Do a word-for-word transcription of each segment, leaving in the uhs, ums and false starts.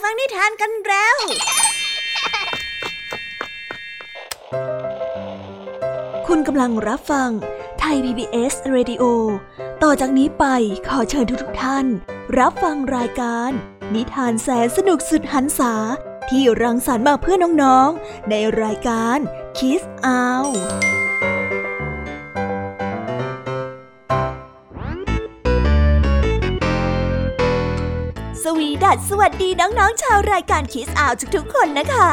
ฟังนิทานกันแล้วคุณกำลังรับฟังไทย พี บี เอส Radio ต่อจากนี้ไปขอเชิญทุกๆท่านรับฟังรายการนิทานแสนสนุกสุดหรรษาที่รังสรรค์มาเพื่อน้องๆในรายการ Kids Outสวีดัสสวัสดีน้องๆชาวรายการ Kids Out ทุกๆคนนะคะ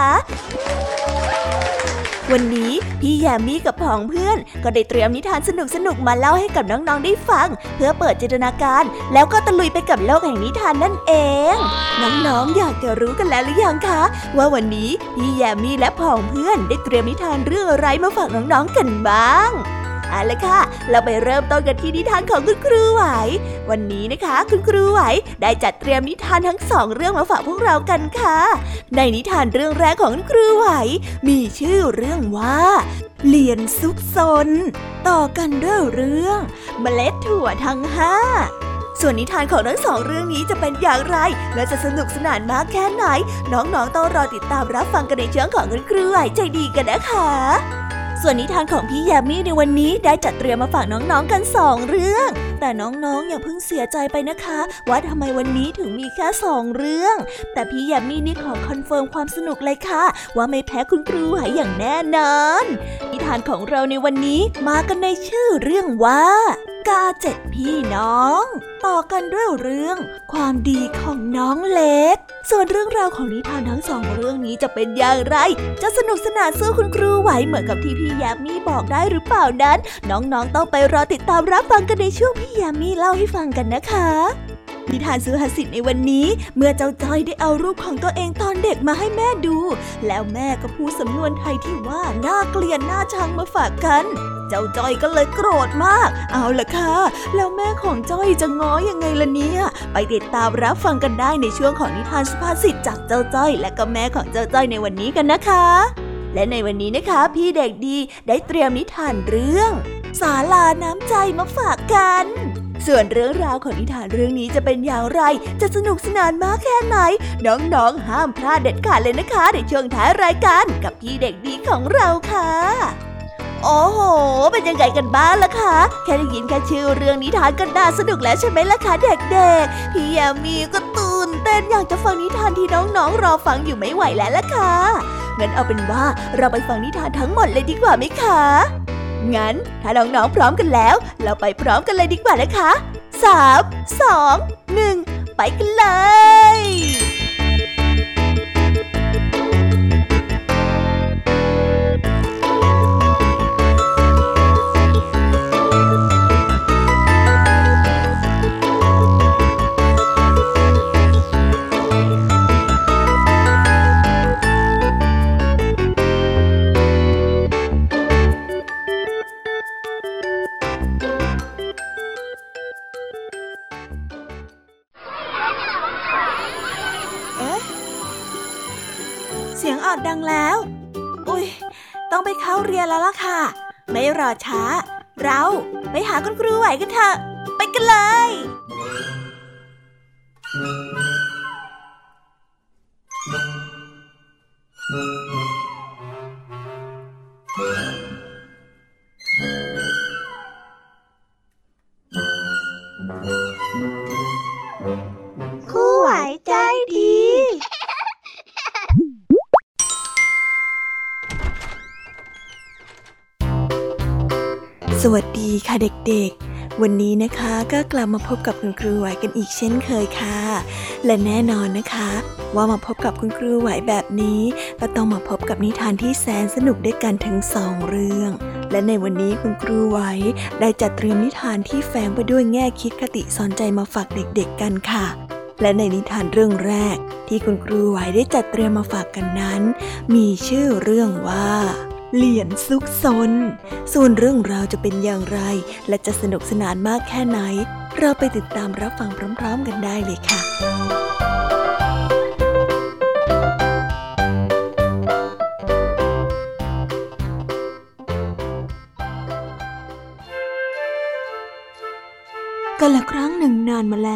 วันนี้พี่แยมมี่กับผองเพื่อนก็ได้เตรียมนิทานสนุกๆมาเล่าให้กับน้องๆได้ฟังเพื่อเปิดจินตนาการแล้วก็ตะลุยไปกับโลกแห่งนิทานนั่นเองน้องๆอยากจะรู้กันแล้วหรือยังคะว่าวันนี้พี่แยมมี่และผองเพื่อนได้เตรียมนิทานเรื่องอะไรมาฝากน้องๆกันบ้างเอาล่ะค่ะเราไปเริ่มต้นกันที่นิทานของคุณครูไหววันนี้นะคะคุณครูไหวได้จัดเตรียมนิทานทั้งสองเรื่องมาฝากพวกเรากันค่ะในนิทานเรื่องแรกของคุณครูไหวมีชื่อเรื่องว่าเหรียญซุกซนต่อกันด้วยเรื่องเมล็ดถั่วทั้งห้าส่วนนิทานของทั้งสองเรื่องนี้จะเป็นอย่างไรและจะสนุกสนานมากแค่ไหนน้องๆต้องรอติดตามรับฟังกันในช่วงของคุณครูไหวใจดีกันนะคะส่วนนิทานของพี่แยมมี่ในวันนี้ได้จัดเตรียมมาฝากน้องๆกันสองเรื่องแต่น้องๆอย่าเพิ่งเสียใจไปนะคะว่าทำไมวันนี้ถึงมีแค่สองเรื่องแต่พี่แยมมี่นี่ขอคอนเฟิร์มความสนุกเลยค่ะว่าไม่แพ้คุณครูไหวอย่างแน่นอนนิทานของเราในวันนี้มากันในชื่อเรื่องว่ากาเจ็ดพี่น้องต่อกันด้วยเรื่องความดีของน้องเล็กส่วนเรื่องราวของนิทานทั้งสองเรื่องนี้จะเป็นอย่างไรจะสนุกสนานสู้คุณครูไหวเหมือนกับที่พี่แยมมี่บอกได้หรือเปล่านั้นน้องๆต้องไปรอติดตามรับฟังกันในช่วงพี่แยมมี่เล่าให้ฟังกันนะคะนิทานสุภาษิตในวันนี้เมื่อเจ้าจ้อยได้เอารูปของตัวเองตอนเด็กมาให้แม่ดูแล้วแม่ก็พูดสำนวนไทยที่ว่าน่าเกลียดน่าชังมาฝากกันเจ้าจ้อยก็เลยโกรธมากเอาล่ะค่ะแล้วแม่ของจ้อยจะง้อยังไงล่ะเนี่ยไปติดตามรับฟังกันได้ในช่วงของนิทานสุภาษิตจากเจ้าจ้อยและก็แม่ของเจ้าจ้อยในวันนี้กันนะคะและในวันนี้นะคะพี่เด็กดีได้เตรียมนิทานเรื่องศาลาน้ำใจมาฝากกันส่วนเรื่องราวของนิทานเรื่องนี้จะเป็นอย่างไรจะสนุกสนานมากแค่ไหนน้องๆห้ามพลาดเด็ดขาดเลยนะคะในช่วงท้ายรายการกับพี่เด็กดีของเราค่ะโอ้โหเป็นยังไงกันบ้างล่ะคะแค่ได้ยินแค่ชื่อเรื่องนิทานก็น่าสนุกแล้วใช่ไหมล่ะคะเด็กๆพี่แยมมี่ก็ตื่นเต้นอยากจะฟังนิทานที่น้องๆรอฟังอยู่ไม่ไหวแล้วล่ะค่ะงั้นเอาเป็นว่าเราไปฟังนิทานทั้งหมดเลยดีกว่าไหมคะงั้นถ้าน้องๆพร้อมกันแล้วเราไปพร้อมกันเลยดีกว่านะคะสาม สอง หนึ่งไปกันเลยเสียงออดดังแล้วอุ๊ยต้องไปเข้าเรียนแล้วล่ะค่ะไม่รอช้าเราไปหาคุณครูไหวกันเถอะไปกันเลยครูไหวใจดีสวัสดีค่ะเด็กๆวันนี้นะคะก็กลับมาพบกับคุณครูไหวกันอีกเช่นเคยค่ะและแน่นอนนะคะว่ามาพบกับคุณครูไหวแบบนี้ก็ต้องมาพบกับนิทานที่แสนสนุกด้วยกันทั้งสองเรื่องและในวันนี้คุณครูไหวได้จัดเตรียมนิทานที่แฝงไปด้วยแง่คิดคติสอนใจมาฝากเด็กๆกันค่ะและในนิทานเรื่องแรกที่คุณครูไหวได้จัดเตรียมมาฝากกันนั้นมีชื่อเรื่องว่าเหรียญซุกซนส่วนเรื่องราวจะเป็นอย่างไรและจะสนุกสนานมากแค่ไหนเราไปติดตามรับฟังพร้อมๆกันได้เลยค่ะกาลครั้งหนึ่งนานมาแล้ว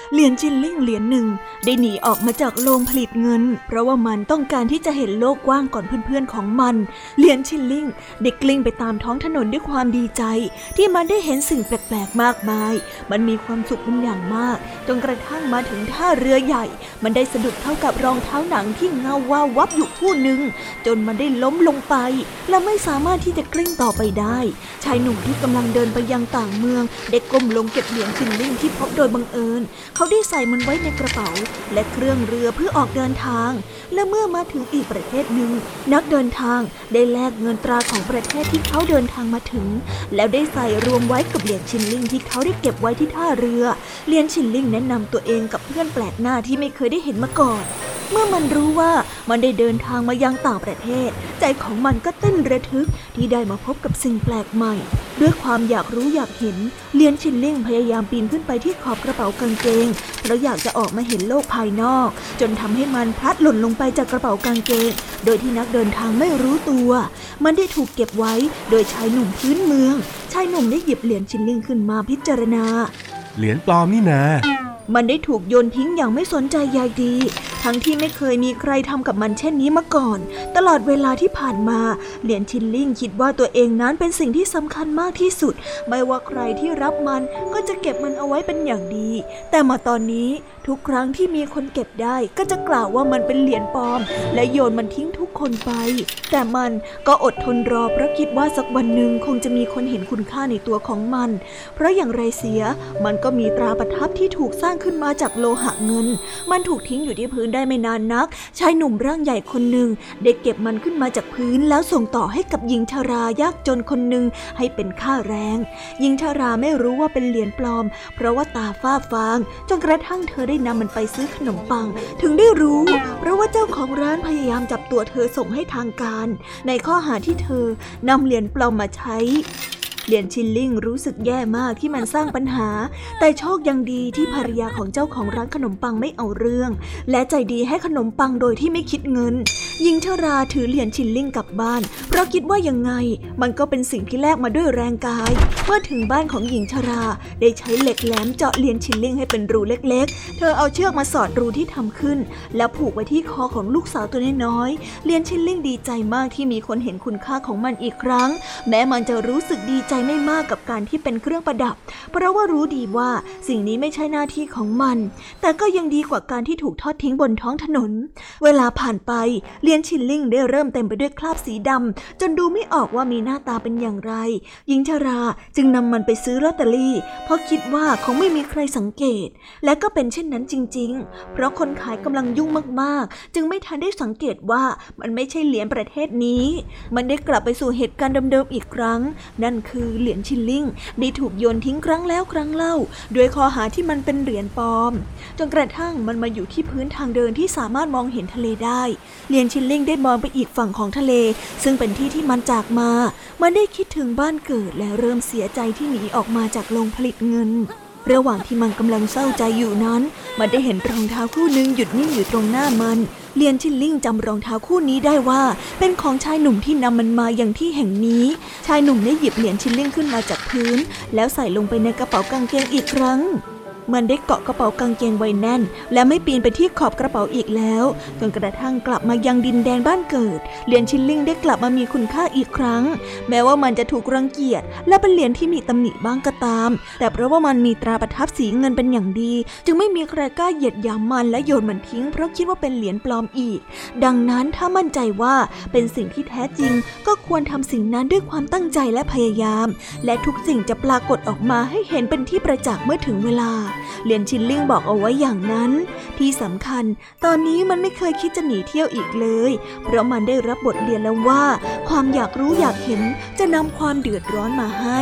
เหรียญชิลลิ่งเหรียญหนึ่งได้หนีออกมาจากโรงผลิตเงินเพราะว่ามันต้องการที่จะเห็นโลกกว้างก่อนเพื่อนๆของมันเหรียญชิลลิ่งได้กลิ้งไปตามท้องถนนด้วยความดีใจที่มันได้เห็นสิ่งแปลกๆมากมายมันมีความสุขเป็นอย่างมากจนกระทั่งมาถึงท่าเรือใหญ่มันได้สะดุดเข้ากับรองเท้าหนังที่เงาว่าวับอยู่คู่หนึ่งจนมันได้ล้มลงไปและไม่สามารถที่จะกลิ้งต่อไปได้ชายหนุ่มที่กำลังเดินไปยังต่างเมืองได้ก้มลงเก็บเหรียญชิลลิ่งที่พบโดยบังเอิญเขาได้ใส่มันไว้ในกระเป๋าและเครื่องเรือเพื่อออกเดินทางและเมื่อมาถึงอีกประเทศหนึ่งนักเดินทางได้แลกเงินตราของประเทศที่เขาเดินทางมาถึงแล้วได้ใส่รวมไว้กับเหรียญชิลลิ่งที่เขาได้เก็บไว้ที่ท่าเรือเหรียญชิลลิ่งแนะนำตัวเองกับเพื่อนแปลกหน้าที่ไม่เคยได้เห็นมาก่อนเมื่อมันรู้ว่ามันได้เดินทางมายังต่างประเทศใจของมันก็เต้นระทึกที่ได้มาพบกับสิ่งแปลกใหม่ด้วยความอยากรู้อยากเห็นเหรียญชิลลิ่งพยายามปีนขึ้นไปที่ขอบกระเป๋ากางเกงเพราะอยากจะออกมาเห็นโลกภายนอกจนทำให้มันพลัดหล่นลงไปจากกระเป๋ากางเกงโดยที่นักเดินทางไม่รู้ตัวมันได้ถูกเก็บไว้โดยชายหนุ่มพื้นเมืองชายหนุ่มได้หยิบเหรียญชิลลิ่งขึ้นมาพิจารณาเหรียญปลอมนี่นามันได้ถูกโยนทิ้งอย่างไม่สนใจใยดีทั้งที่ไม่เคยมีใครทำกับมันเช่นนี้มาก่อนตลอดเวลาที่ผ่านมาเหรียญชิลลิ่งคิดว่าตัวเองนั้นเป็นสิ่งที่สำคัญมากที่สุดไม่ว่าใครที่รับมันก็จะเก็บมันเอาไว้เป็นอย่างดีแต่มาตอนนี้ทุกครั้งที่มีคนเก็บได้ก็จะกล่าวว่ามันเป็นเหรียญปลอมและโยนมันทิ้งทุกคนไปแต่มันก็อดทนรอเพราะคิดว่าสักวันหนึ่งคงจะมีคนเห็นคุณค่าในตัวของมันเพราะอย่างไรเสียมันก็มีตราประทับที่ถูกสร้างขึ้นมาจากโลหะเงินมันถูกทิ้งอยู่ที่พื้นได้ไม่นานนักชายหนุ่มร่างใหญ่คนหนึ่งได้เก็บมันขึ้นมาจากพื้นแล้วส่งต่อให้กับหญิงชรายากจนคนหนึ่งให้เป็นค่าแรงหญิงชราไม่รู้ว่าเป็นเหรียญปลอมเพราะว่าตาฝ้าฟางจนกระทั่งเธอได้นำมันไปซื้อขนมปังถึงได้รู้เพราะว่าเจ้าของร้านพยายามจับตัวเธอส่งให้ทางการในข้อหาที่เธอนำเหรียญปลอมมาใช้เหรียญชิลลิ่งรู้สึกแย่มากที่มันสร้างปัญหาแต่โชคยังดีที่ภรรยาของเจ้าของร้านขนมปังไม่เอาเรื่องและใจดีให้ขนมปังโดยที่ไม่คิดเงินหญิงชราถือเหรียญชิลลิ่งกลับบ้านเพราะคิดว่ายังไงมันก็เป็นสิ่งที่แลกมาด้วยแรงกายเมื่อถึงบ้านของหญิงชราได้ใช้เหล็กแหลมเจาะเหรียญชิลลิ่งให้เป็นรูเล็กๆเธอเอาเชือกมาสอดรูที่ทำขึ้นแล้วผูกไว้ที่คอของลูกสาวตัวน้อยๆเหรียญชิลลิ่งดีใจมากที่มีคนเห็นคุณค่าของมันอีกครั้งแม้มันจะรู้สึกดีใจไม่มากกับการที่เป็นเครื่องประดับเพราะว่ารู้ดีว่าสิ่งนี้ไม่ใช่หน้าที่ของมันแต่ก็ยังดีกว่าการที่ถูกทอดทิ้งบนท้องถนนเวลาผ่านไปเหรียญชิลลิ่งได้เริ่มเต็มไปด้วยคราบสีดำจนดูไม่ออกว่ามีหน้าตาเป็นอย่างไรหญิงชราจึงนำมันไปซื้อลอตเตอรี่เพราะคิดว่าคงไม่มีใครสังเกตและก็เป็นเช่นนั้นจริงๆเพราะคนขายกำลังยุ่งมากๆจึงไม่ทันได้สังเกตว่ามันไม่ใช่เหรียญประเทศนี้มันได้กลับไปสู่เหตุการณ์เดิมๆอีกครั้งนั่นคือเหรียญชิลลิ่งได้ถูกโยนทิ้งครั้งแล้วครั้งเล่าด้วยข้อหาที่มันเป็นเหรียญปลอมจนกระทั่งมันมาอยู่ที่พื้นทางเดินที่สามารถมองเห็นทะเลได้เหรียญชิลลิ่งได้มองไปอีกฝั่งของทะเลซึ่งเป็นที่ที่มันจากมามันได้คิดถึงบ้านเกิดและเริ่มเสียใจที่หนีออกมาจากโรงผลิตเงินระหว่างที่มันกำลังเศร้าใจอยู่นั้นมันได้เห็นรองเท้าคู่หนึ่งหยุดนิ่งอยู่ตรงหน้ามันเหรียญชิลลิ่งจำรองเท้าคู่นี้ได้ว่าเป็นของชายหนุ่มที่นำมันมาอย่างที่แห่งนี้ชายหนุ่มได้หยิบเหรียญชิลลิ่งขึ้นมาจากพื้นแล้วใส่ลงไปในกระเป๋ากางเกงอีกครั้งมันได้เกาะกระเป๋ากางเกงไว้แน่นและไม่ปีนไปที่ขอบกระเป๋าอีกแล้วจนกระทั่งกลับมายังดินแดนบ้านเกิดเหรียญชิลลิ่งได้กลับมามีคุณค่าอีกครั้งแม้ว่ามันจะถูกรังเกียจและเป็นเหรียญที่มีตำหนิบ้างก็ตามแต่เพราะว่ามันมีตราประทับสีเงินเป็นอย่างดีจึงไม่มีใครกล้าเหยียดหยามมันและโยนมันทิ้งเพราะคิดว่าเป็นเหรียญปลอมอีกดังนั้นถ้ามั่นใจว่าเป็นสิ่งที่แท้จริงก็ควรทำสิ่งนั้นด้วยความตั้งใจและพยายามและทุกสิ่งจะปรากฏออกมาให้เห็นเป็นที่ประจักษ์เมื่อถึงเวลาเหรียญชิลลิ่งบอกเอาไว้อย่างนั้นที่สำคัญตอนนี้มันไม่เคยคิดจะหนีเที่ยวอีกเลยเพราะมันได้รับบทเรียนแล้วว่าความอยากรู้อยากเห็นจะนำความเดือดร้อนมาให้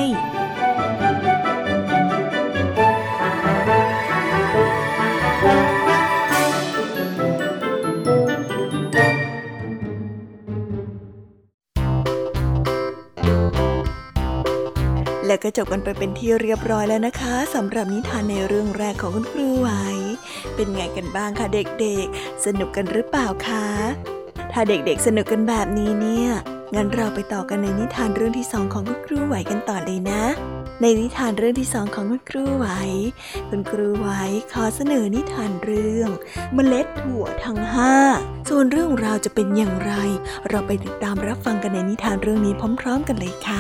และก็จบกันไปเป็นที่เรียบร้อยแล้วนะคะสำหรับนิทานในเรื่องแรกของคุณครูไหวเป็นไงกันบ้างคะเด็กๆสนุกกันหรือเปล่าคะถ้าเด็กๆสนุกกันแบบนี้เนี่ยงั้นเราไปต่อกันในนิทานเรื่องที่สองของคุณครูไหวกันต่อเลยนะในนิทานเรื่องที่สองของคุณครูไหวคุณครูไหวขอเสนอนิทานเรื่องเมล็ดถั่วทั้งห้าส่วนเรื่องราวจะเป็นอย่างไรเราไปติดตามรับฟังกันในนิทานเรื่องนี้พร้อมๆกันเลยค่ะ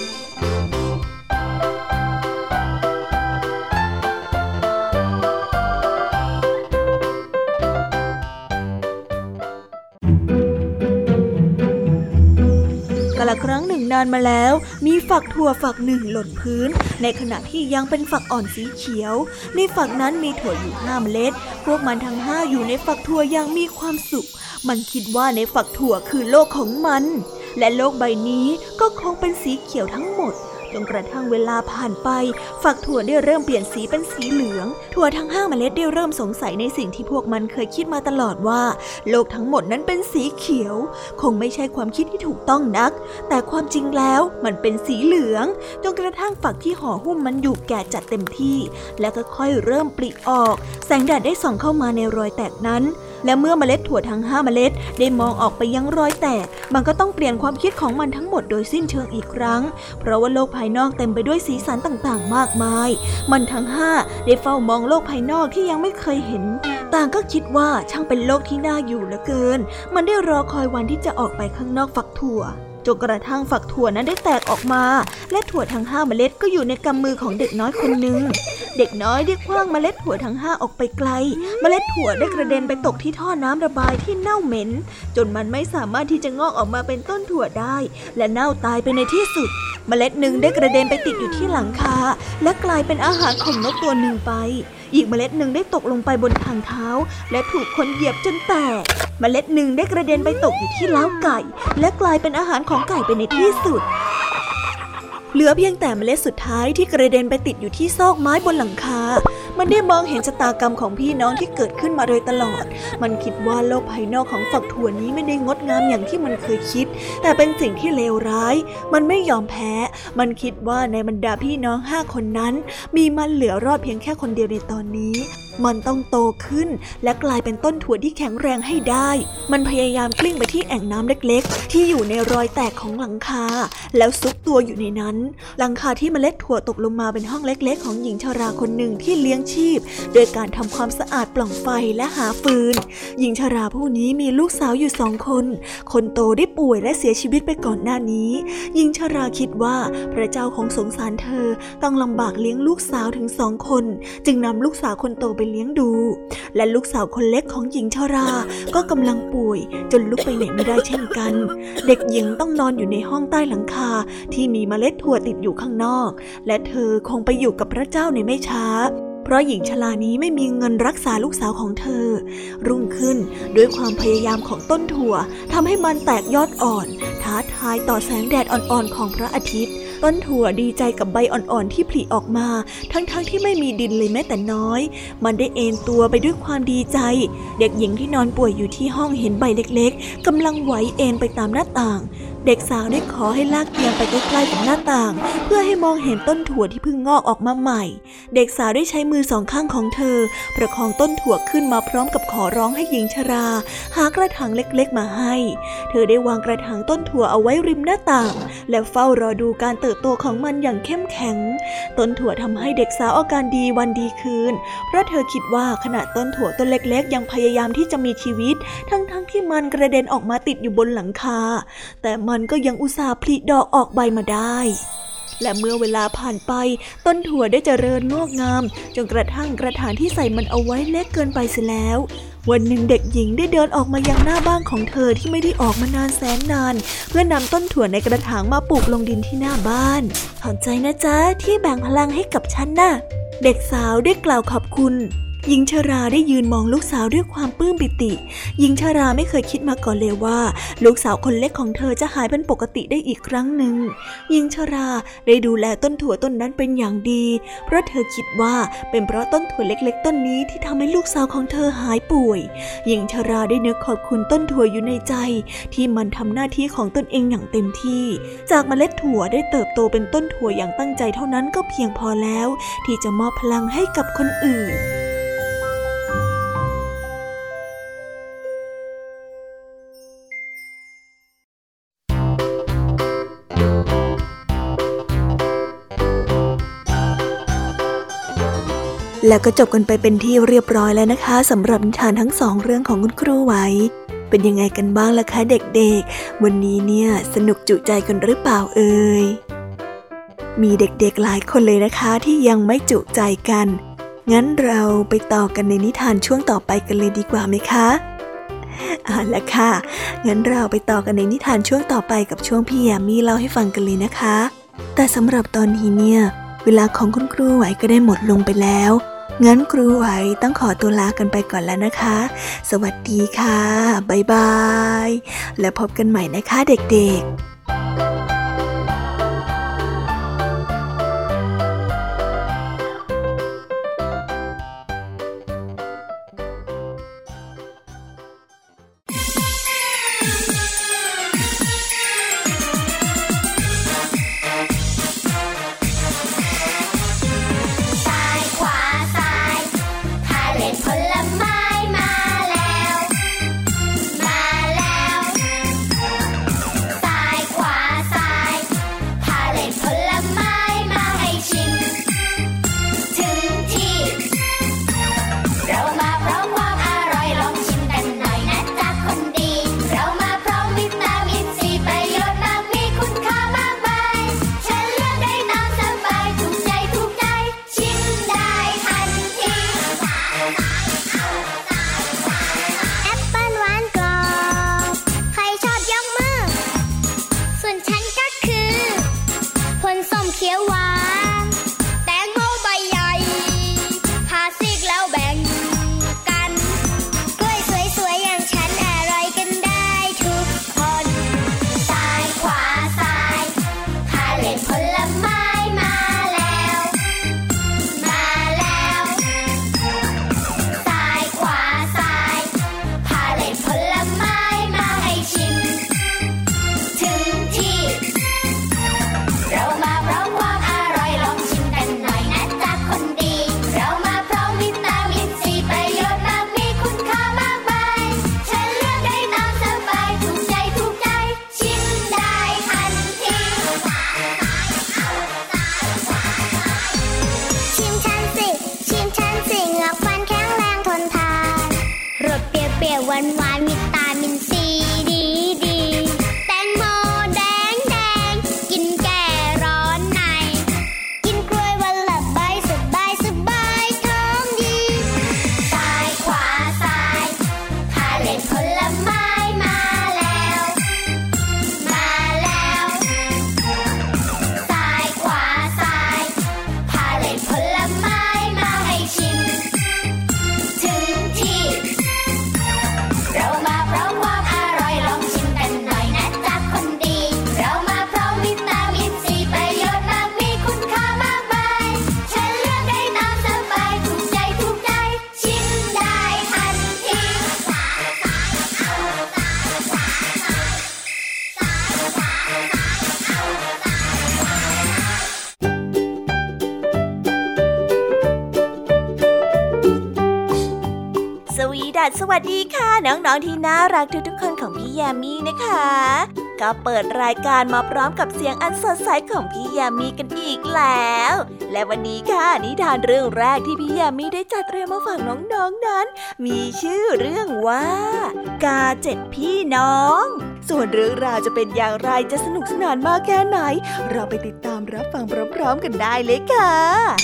กาลครั้งหนึ่งนานมาแล้วมีฝักถั่วฝักหนึ่งหล่นพื้นในขณะที่ยังเป็นฝักอ่อนสีเขียวในฝักนั้นมีถั่วอยู่ห้าเมล็ดพวกมันทั้งห้าอยู่ในฝักถั่วอย่างมีความสุขมันคิดว่าในฝักถั่วคือโลกของมันและโลกใบนี้ก็คงเป็นสีเขียวทั้งหมดจนกระทั่งเวลาผ่านไปฝักถั่วได้เริ่มเปลี่ยนสีเป็นสีเหลืองถั่วทั้งห้าเมล็ดได้เริ่มสงสัยในสิ่งที่พวกมันเคยคิดมาตลอดว่าโลกทั้งหมดนั้นเป็นสีเขียวคงไม่ใช่ความคิดที่ถูกต้องนักแต่ความจริงแล้วมันเป็นสีเหลืองจนกระทั่งฝักที่ห่อหุ้มมันอยู่แก่จัดเต็มที่แล้วก็ค่อยเริ่มปลิออกแสงแดดได้ส่องเข้ามาในรอยแตกนั้นและเมื่อเมล็ดถั่วทั้งห้าเมล็ดได้มองออกไปยังรอยแตกมันก็ต้องเปลี่ยนความคิดของมันทั้งหมดโดยสิ้นเชิงอีกครั้งเพราะว่าโลกภายนอกเต็มไปด้วยสีสันต่างๆมากมายมันทั้งห้าได้เฝ้ามองโลกภายนอกที่ยังไม่เคยเห็นต่างก็คิดว่าช่างเป็นโลกที่น่าอยู่เหลือเกินมันได้รอคอยวันที่จะออกไปข้างนอกฝักถั่วจนกระทั่งฝักถั่วนั้นได้แตกออกมาและถั่วทั้งห้าเมล็ดก็อยู่ในกำมือของเด็กน้อยคนหนึ่งเด็กน้อยได้ขว้างเมล็ดถั่วทั้งห้าออกไปไกลเมล็ดถั่วได้กระเด็นไปตกที่ท่อน้ำระบายที่เน่าเหม็นจนมันไม่สามารถที่จะงอกออกมาเป็นต้นถั่วได้และเน่าตายไปในที่สุดเมล็ดหนึ่งได้กระเด็นไปติดอยู่ที่หลังคาและกลายเป็นอาหารของนกตัวหนึ่งไปอีกเมล็ดหนึ่งได้ตกลงไปบนทางเท้าและถูกคนเหยียบจนแตกเมล็ดหนึ่งได้กระเด็นไปตกอยู่ที่เล้าไก่และกลายเป็นอาหารของไก่ไปในที่สุดเหลือเพียงแต่เมล็ดสุดท้ายที่กระเด็นไปติดอยู่ที่ซอกไม้บนหลังคามันได้มองเห็นชะตากรรมของพี่น้องที่เกิดขึ้นมาโดยตลอดมันคิดว่าโลกภายนอกของฝักถั่วนี้ไม่ได้งดงามอย่างที่มันเคยคิดแต่เป็นสิ่งที่เลวร้ายมันไม่ยอมแพ้มันคิดว่าในบรรดาพี่น้องห้าคนนั้นมีมันเหลือรอดเพียงแค่คนเดียวในตอนนี้มันต้องโตขึ้นและกลายเป็นต้นถั่วที่แข็งแรงให้ได้มันพยายามกลิ้งไปที่แอ่งน้ำเล็กๆที่อยู่ในรอยแตกของหลังคาแล้วซุกตัวอยู่ในนั้นหลังคาที่เมล็ดถั่วตกลงมาเป็นห้องเล็กๆของหญิงชราคนหนึ่งที่เลี้ยงชีพโดยการทำความสะอาดปล่องไฟและหาฟืนหญิงชราผู้นี้มีลูกสาวอยู่สองคนคนโตได้ป่วยและเสียชีวิตไปก่อนหน้านี้หญิงชราคิดว่าพระเจ้าคงสงสารเธอต้องลำบากเลี้ยงลูกสาวถึงสองคนจึงนำลูกสาวคนโตไปเลี้ยงดูและลูกสาวคนเล็กของหญิงชราก็กำลังป่วยจนลุกไปไหนไม่ได้เช่นกันเด็กหญิงต้องนอนอยู่ในห้องใต้หลังคาที่มีเมล็ดถั่วติดอยู่ข้างนอกและเธอคงไปอยู่กับพระเจ้าในไม่ช้าเพราะหญิงชรานี้ไม่มีเงินรักษาลูกสาวของเธอรุ่งขึ้นด้วยความพยายามของต้นถั่วทำให้มันแตกยอดอ่อนท้าทายต่อแสงแดดอ่อนๆของพระอาทิตย์ต้นถั่วดีใจกับใบอ่อนๆที่ผลิออกมาทั้งๆ ท, ที่ไม่มีดินเลยแม้แต่น้อยมันได้เอนตัวไปด้วยความดีใจเด็กหญิงที่นอนป่วยอยู่ที่ห้องเห็นใบเล็กๆกำลังไหวเอนไปตามหน้าต่างเด็กสาวได้ขอให้ลากเตียงไปใกล้ๆกับหน้าต่างเพื่อให้มองเห็นต้นถั่วที่เพิ่งงอกออกมาใหม่เด็กสาวได้ใช้มือสองข้างของเธอประคองต้นถั่วขึ้นมาพร้อมกับขอร้องให้หญิงชราหากระถางเล็กๆมาให้เธอได้วางกระถางต้นถั่วเอาไว้ริมหน้าต่างและเฝ้ารอดูการเติบโตของมันอย่างเข้มแข็งต้นถั่วทำให้เด็กสาวอาการดีวันดีคืนเพราะเธอคิดว่าขณะต้นถั่วต้นเล็กๆยังพยายามที่จะมีชีวิตทั้งๆที่มันกระเด็นออกมาติดอยู่บนหลังคาแต่มันก็ยังอุตส่าห์ผลิดอกออกใบมาได้และเมื่อเวลาผ่านไปต้นถั่วได้เจริญงอกงามจนกระทั่งกระถางที่ใส่มันเอาไว้เล็กเกินไปเสียแล้ววันหนึ่งเด็กหญิงได้เดินออกมายังหน้าบ้านของเธอที่ไม่ได้ออกมานานแสนนานเพื่อนำต้นถั่วในกระถางมาปลูกลงดินที่หน้าบ้านขอบใจนะจ๊ะที่แบ่งพลังให้กับฉันน่ะเด็กสาวได้กล่าวขอบคุณหญิงชราได้ยืนมองลูกสาวด้วยความปลื้มปิติหญิงชราไม่เคยคิดมาก่อนเลยว่าลูกสาวคนเล็กของเธอจะหายเป็นปกติได้อีกครั้งหนึ่งหญิงชราได้ดูแลต้นถั่วต้นนั้นเป็นอย่างดีเพราะเธอคิดว่าเป็นเพราะต้นถั่วเล็กๆต้นนี้ที่ทำให้ลูกสาวของเธอหายป่วยหญิงชราได้นึกขอบคุณต้นถั่วอยู่ในใจที่มันทำหน้าที่ของตนเองอย่างเต็มที่จากเมล็ดถั่วได้เติบโตเป็นต้นถั่วอย่างตั้งใจเท่านั้นก็เพียงพอแล้วที่จะมอบพลังให้กับคนอื่นแล้วก็จบกันไปเป็นที่เรียบร้อยแล้วนะคะสำหรับนิทานทั้งสองเรื่องของคุณครูไหวเป็นยังไงกันบ้างล่ะคะเด็กๆวันนี้เนี่ยสนุกจุใจกันหรือเปล่าเอ่ยมีเด็กๆหลายคนเลยนะคะที่ยังไม่จุใจกันงั้นเราไปต่อกันในนิทานช่วงต่อไปกันเลยดีกว่าไหมคะเอาล่ะค่ะงั้นเราไปต่อกันในนิทานช่วงต่อไปกับช่วงพี่แยมมี่เล่าให้ฟังกันเลยนะคะแต่สำหรับตอนนี้เนี่ยเวลาของคุณครูไหวก็ได้หมดลงไปแล้วงั้นครูไหวต้องขอตัวลากันไปก่อนแล้วนะคะสวัสดีค่ะบ๊ายบายแล้วพบกันใหม่นะคะเด็กๆสวัสดีค่ะน้องๆที่น่ารักทุกๆคนของพี่แยมมี่นะคะก็เปิดรายการมาพร้อมกับเสียงอันสดใสของพี่แยมมี่กันอีกแล้วและวันนี้ค่ะนิทานเรื่องแรกที่พี่แยมมี่ได้จัดเตรียมมาฝากน้องๆ น, นั้นมีชื่อเรื่องว่ากาเจ็ดพี่น้องส่วนเรื่องราวจะเป็นอย่างไรจะสนุกสนานมากแค่ไหนเราไปติดตามรับฟังพร้อมๆกันได้เลยค่ะ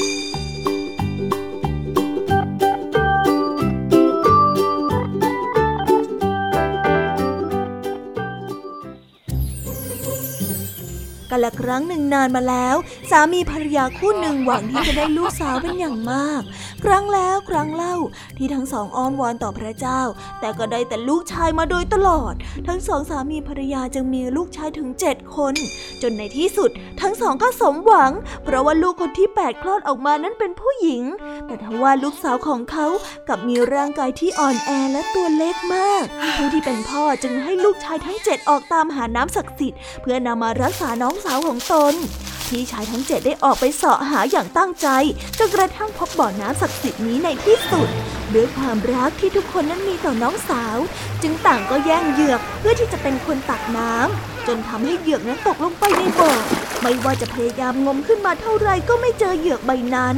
กันละครั้งหนึ่งนานมาแล้วสามีภรรยาคู่หนึ่งหวังที่จะได้ลูกสาวเป็นอย่างมากครั้งแล้วครั้งเล่าที่ทั้งสองอ้อนวอนต่อพระเจ้าแต่ก็ได้แต่ลูกชายมาโดยตลอดทั้งสองสามีภรรยาจึงมีลูกชายถึงเจ็ดคนจนในที่สุดทั้งสองก็สมหวังเพราะว่าลูกคนที่แปดคลอดออกมานั้นเป็นผู้หญิงแต่ทว่าลูกสาวของเขากลับมีร่างกายที่อ่อนแอและตัวเล็กมากผู้ที่เป็นพ่อจึงให้ลูกชายทั้งเจ็ดออกตามหาน้ำศักดิ์สิทธิ์เพื่อนำมารักษาน้องสาวของตนพี่ชายทั้งเจ็ดได้ออกไปเสาะหาอย่างตั้งใจจนกระทั่งพบบ่อน้ำศักดิ์สิทธิ์นี้ในที่สุดด้วยความรักที่ทุกคนนั้นมีต่อน้องสาวจึงต่างก็แย่งเหยือกเพื่อที่จะเป็นคนตักน้ำจนทำให้เหยือกนั้นตกลงไปในบ่อไม่ว่าจะพยายามงมขึ้นมาเท่าไรก็ไม่เจอเหยือกใบนั้น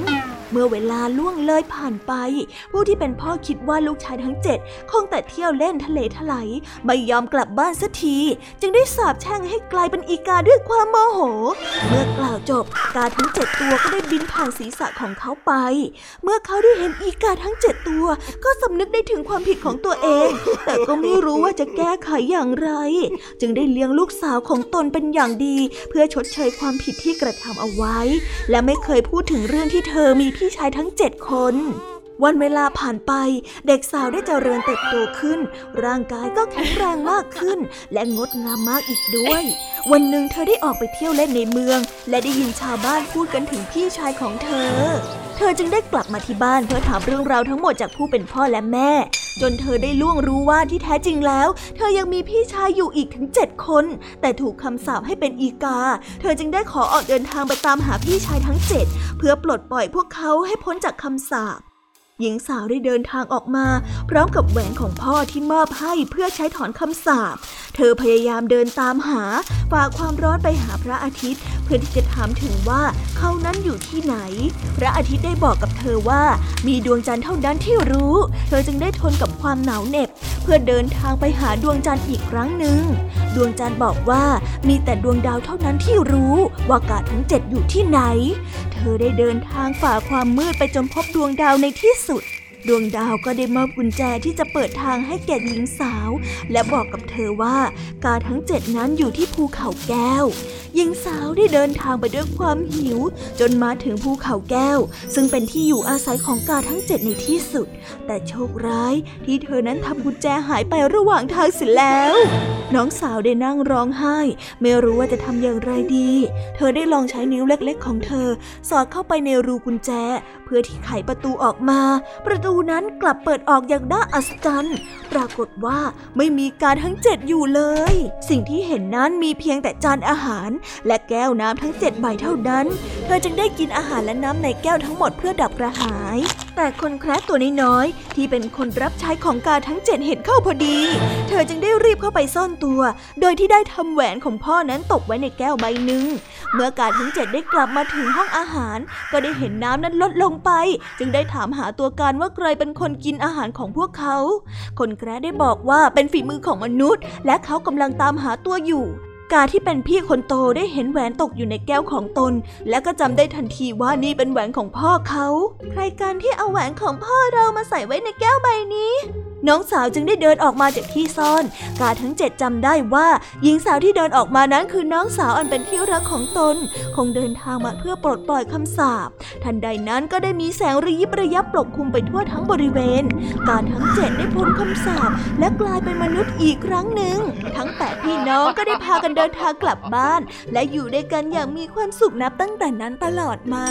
เมื่อเวลาล่วงเลยผ่านไปผู้ที่เป็นพ่อคิดว่าลูกชายทั้งเจ็ดคงแต่เที่ยวเล่นทะเลทลายไม่ยอมกลับบ้านสักทีจึงได้สาปแช่งให้กลายเป็นอีกาด้วยความโมโหเมื่อกล่าวจบกาทั้งเจ็ดตัวก็ได้บินผ่านศีรษะของเขาไปเมื่อเขาได้เห็นอีกาทั้งเจ็ดตัวก็สำนึกได้ถึงความผิดของตัวเองแต่ก็ไม่รู้ว่าจะแก้ไขอย่างไรจึงได้เลี้ยงลูกสาวของตนเป็นอย่างดีเพื่อชดเชยความผิดที่กระทำเอาไว้และไม่เคยพูดถึงเรื่องที่เธอมีพี่ชายทั้งเจ็ดคนวันเวลาผ่านไปเด็กสาวได้เจริญเติบโตขึ้นร่างกายก็แข็งแรงมากขึ้นและงดงามมากอีกด้วยวันหนึ่งเธอได้ออกไปเที่ยวเล่นในเมืองและได้ยินชาวบ้านพูดกันถึงพี่ชายของเธอเธอจึงได้กลับมาที่บ้านเพื่อถามเรื่องราวทั้งหมดจากผู้เป็นพ่อและแม่จนเธอได้ล่วงรู้ว่าที่แท้จริงแล้วเธอยังมีพี่ชายอยู่อีกถึงเจ็ดคนแต่ถูกคำสาปให้เป็นอีกาเธอจึงได้ขอออกเดินทางไปตามหาพี่ชายทั้งเจ็ดเพื่อปลดปล่อยพวกเขาให้พ้นจากคำสาปหญิงสาวได้เดินทางออกมาพร้อมกับแหวนของพ่อที่มอบให้เพื่อใช้ถอนคำสาปเธอพยายามเดินตามหาฝากความร้อนไปหาพระอาทิตย์เพื่อที่จะถามถึงว่าเขานั้นอยู่ที่ไหนพระอาทิตย์ได้บอกกับเธอว่ามีดวงจันทร์เท่านั้นที่รู้เธอจึงได้ทนกับความหนาวเหน็บเพื่อเดินทางไปหาดวงจันทร์อีกครั้งหนึ่งดวงจันทร์บอกว่ามีแต่ดวงดาวเท่านั้นที่รู้ว่ากาทั้งเจ็ดอยู่ที่ไหนเธอได้เดินทางฝ่าความมืดไปจนพบดวงดาวในที่สุดดวงดาวก็ได้มอบกุญแจที่จะเปิดทางให้แก่หญิงสาวและบอกกับเธอว่ากาทั้งเจ็ดนั้นอยู่ที่ภูเขาแก้วหญิงสาวได้เดินทางไปด้วยความหิวจนมาถึงภูเขาแก้วซึ่งเป็นที่อยู่อาศัยของกาทั้งเจ็ดในที่สุดแต่โชคร้ายที่เธอนั้นทำกุญแจหายไประหว่างทางเสียแล้วน้องสาวได้นั่งร้องไห้ไม่รู้ว่าจะทำอย่างไรดีเธอได้ลองใช้นิ้วเล็กๆของเธอสอดเข้าไปในรูกุญแจเพื่อที่ไขประตูออกมาประตูนั้นกลับเปิดออกอย่างน่าอัศจรรย์ปรากฏว่าไม่มีกาทั้งเจ็ดอยู่เลยสิ่งที่เห็นนั้นมีเพียงแต่จานอาหารและแก้วน้ำทั้งเจ็ดใบเท่านั้นเธอจึงได้กินอาหารและน้ำในแก้วทั้งหมดเพื่อดับกระหายแต่คนแคระตัวน้อยๆที่เป็นคนรับใช้ของกาทั้งเจ็ดเห็นเข้าพอดีเธอจึงได้รีบเข้าไปซ่อนตัวโดยที่ได้ทำแหวนของพ่อนั้นตกไว้ในแก้วใบหนึ่งเมื่อกาทั้งเจ็ดได้กลับมาถึงห้องอาหารก็ได้เห็นน้ำนั้นลดลงไปจึงได้ถามหาตัวการว่าใครเป็นคนกินอาหารของพวกเขาคนแคระได้บอกว่าเป็นฝีมือของมนุษย์และเขากำลังตามหาตัวอยู่กาที่เป็นพี่คนโตได้เห็นแหวนตกอยู่ในแก้วของตนและก็จำได้ทันทีว่านี่เป็นแหวนของพ่อเขาใครกันที่เอาแหวนของพ่อเรามาใส่ไว้ในแก้วใบนี้น้องสาวจึงได้เดินออกมาจากที่ซ่อนกาทั้งเจ็ดจำได้ว่าหญิงสาวที่เดินออกมานั้นคือน้องสาวอันเป็นที่รักของตนคงเดินทางมาเพื่อปลดปล่อยคำสาปทันใดนั้นก็ได้มีแสงระยิบระยับปกคลุมไปทั่วทั้งบริเวณกาทั้งเจ็ดได้พ้นคำสาปและกลายเป็นมนุษย์อีกครั้งหนึ่งทั้งแปดพี่น้องก็ได้พากันเดินทางกลับบ้านและอยู่ด้วยกันอย่างมีความสุขนับตั้งแต่นั้นตลอดมา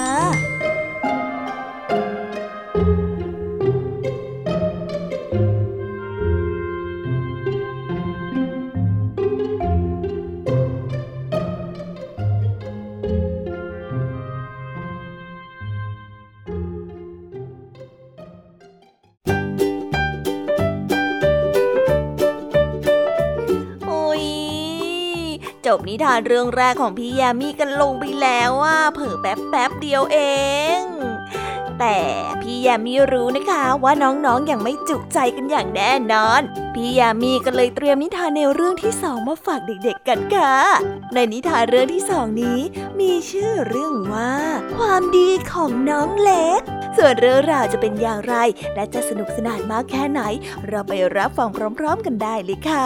จบนิทานเรื่องแรกของพี่ยามีกันลงไปแล้วว่าเผลอแป๊บแป๊บเดียวเองแต่พี่ยามีรู้นะคะว่าน้องๆยังไม่จุใจกันอย่างแน่นอนพี่ยามีก็เลยเตรียมนิทานในเรื่องที่สองมาฝากเด็กๆกันค่ะในนิทานเรื่องที่สองนี้มีชื่อเรื่องว่าความดีของน้องเล็กส่วนเรื่องราวจะเป็นอย่างไรและจะสนุกสนานมากแค่ไหนเราไปรับฟังพร้อมๆกันได้เลยค่ะ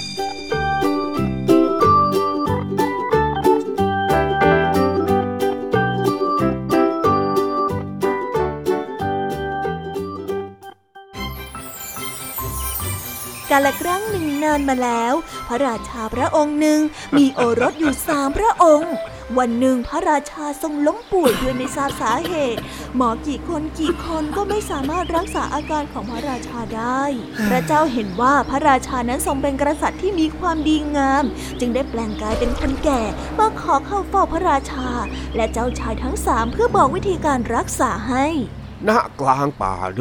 กาลครั้งหนึ่งนานมาแล้วพระราชาพระองค์หนึ่งมีโอรสอยู่สามพระองค์วันหนึ่งพระราชาทรงล้มป่วยโดยไม่ทราบสาเหตุหมอกี่คนกี่คนก็ไม่สามารถรักษาอาการของพระราชาได้พระเจ้าเห็นว่าพระราชานั้นทรงเป็นกษัตริย์ที่มีความดีงามจึงได้แปลงกายเป็นคนแก่มาขอเข้าเฝ้าพระราชาและเจ้าชายทั้งสามเพื่อบอกวิธีการรักษาให้ณกลางป่าลึก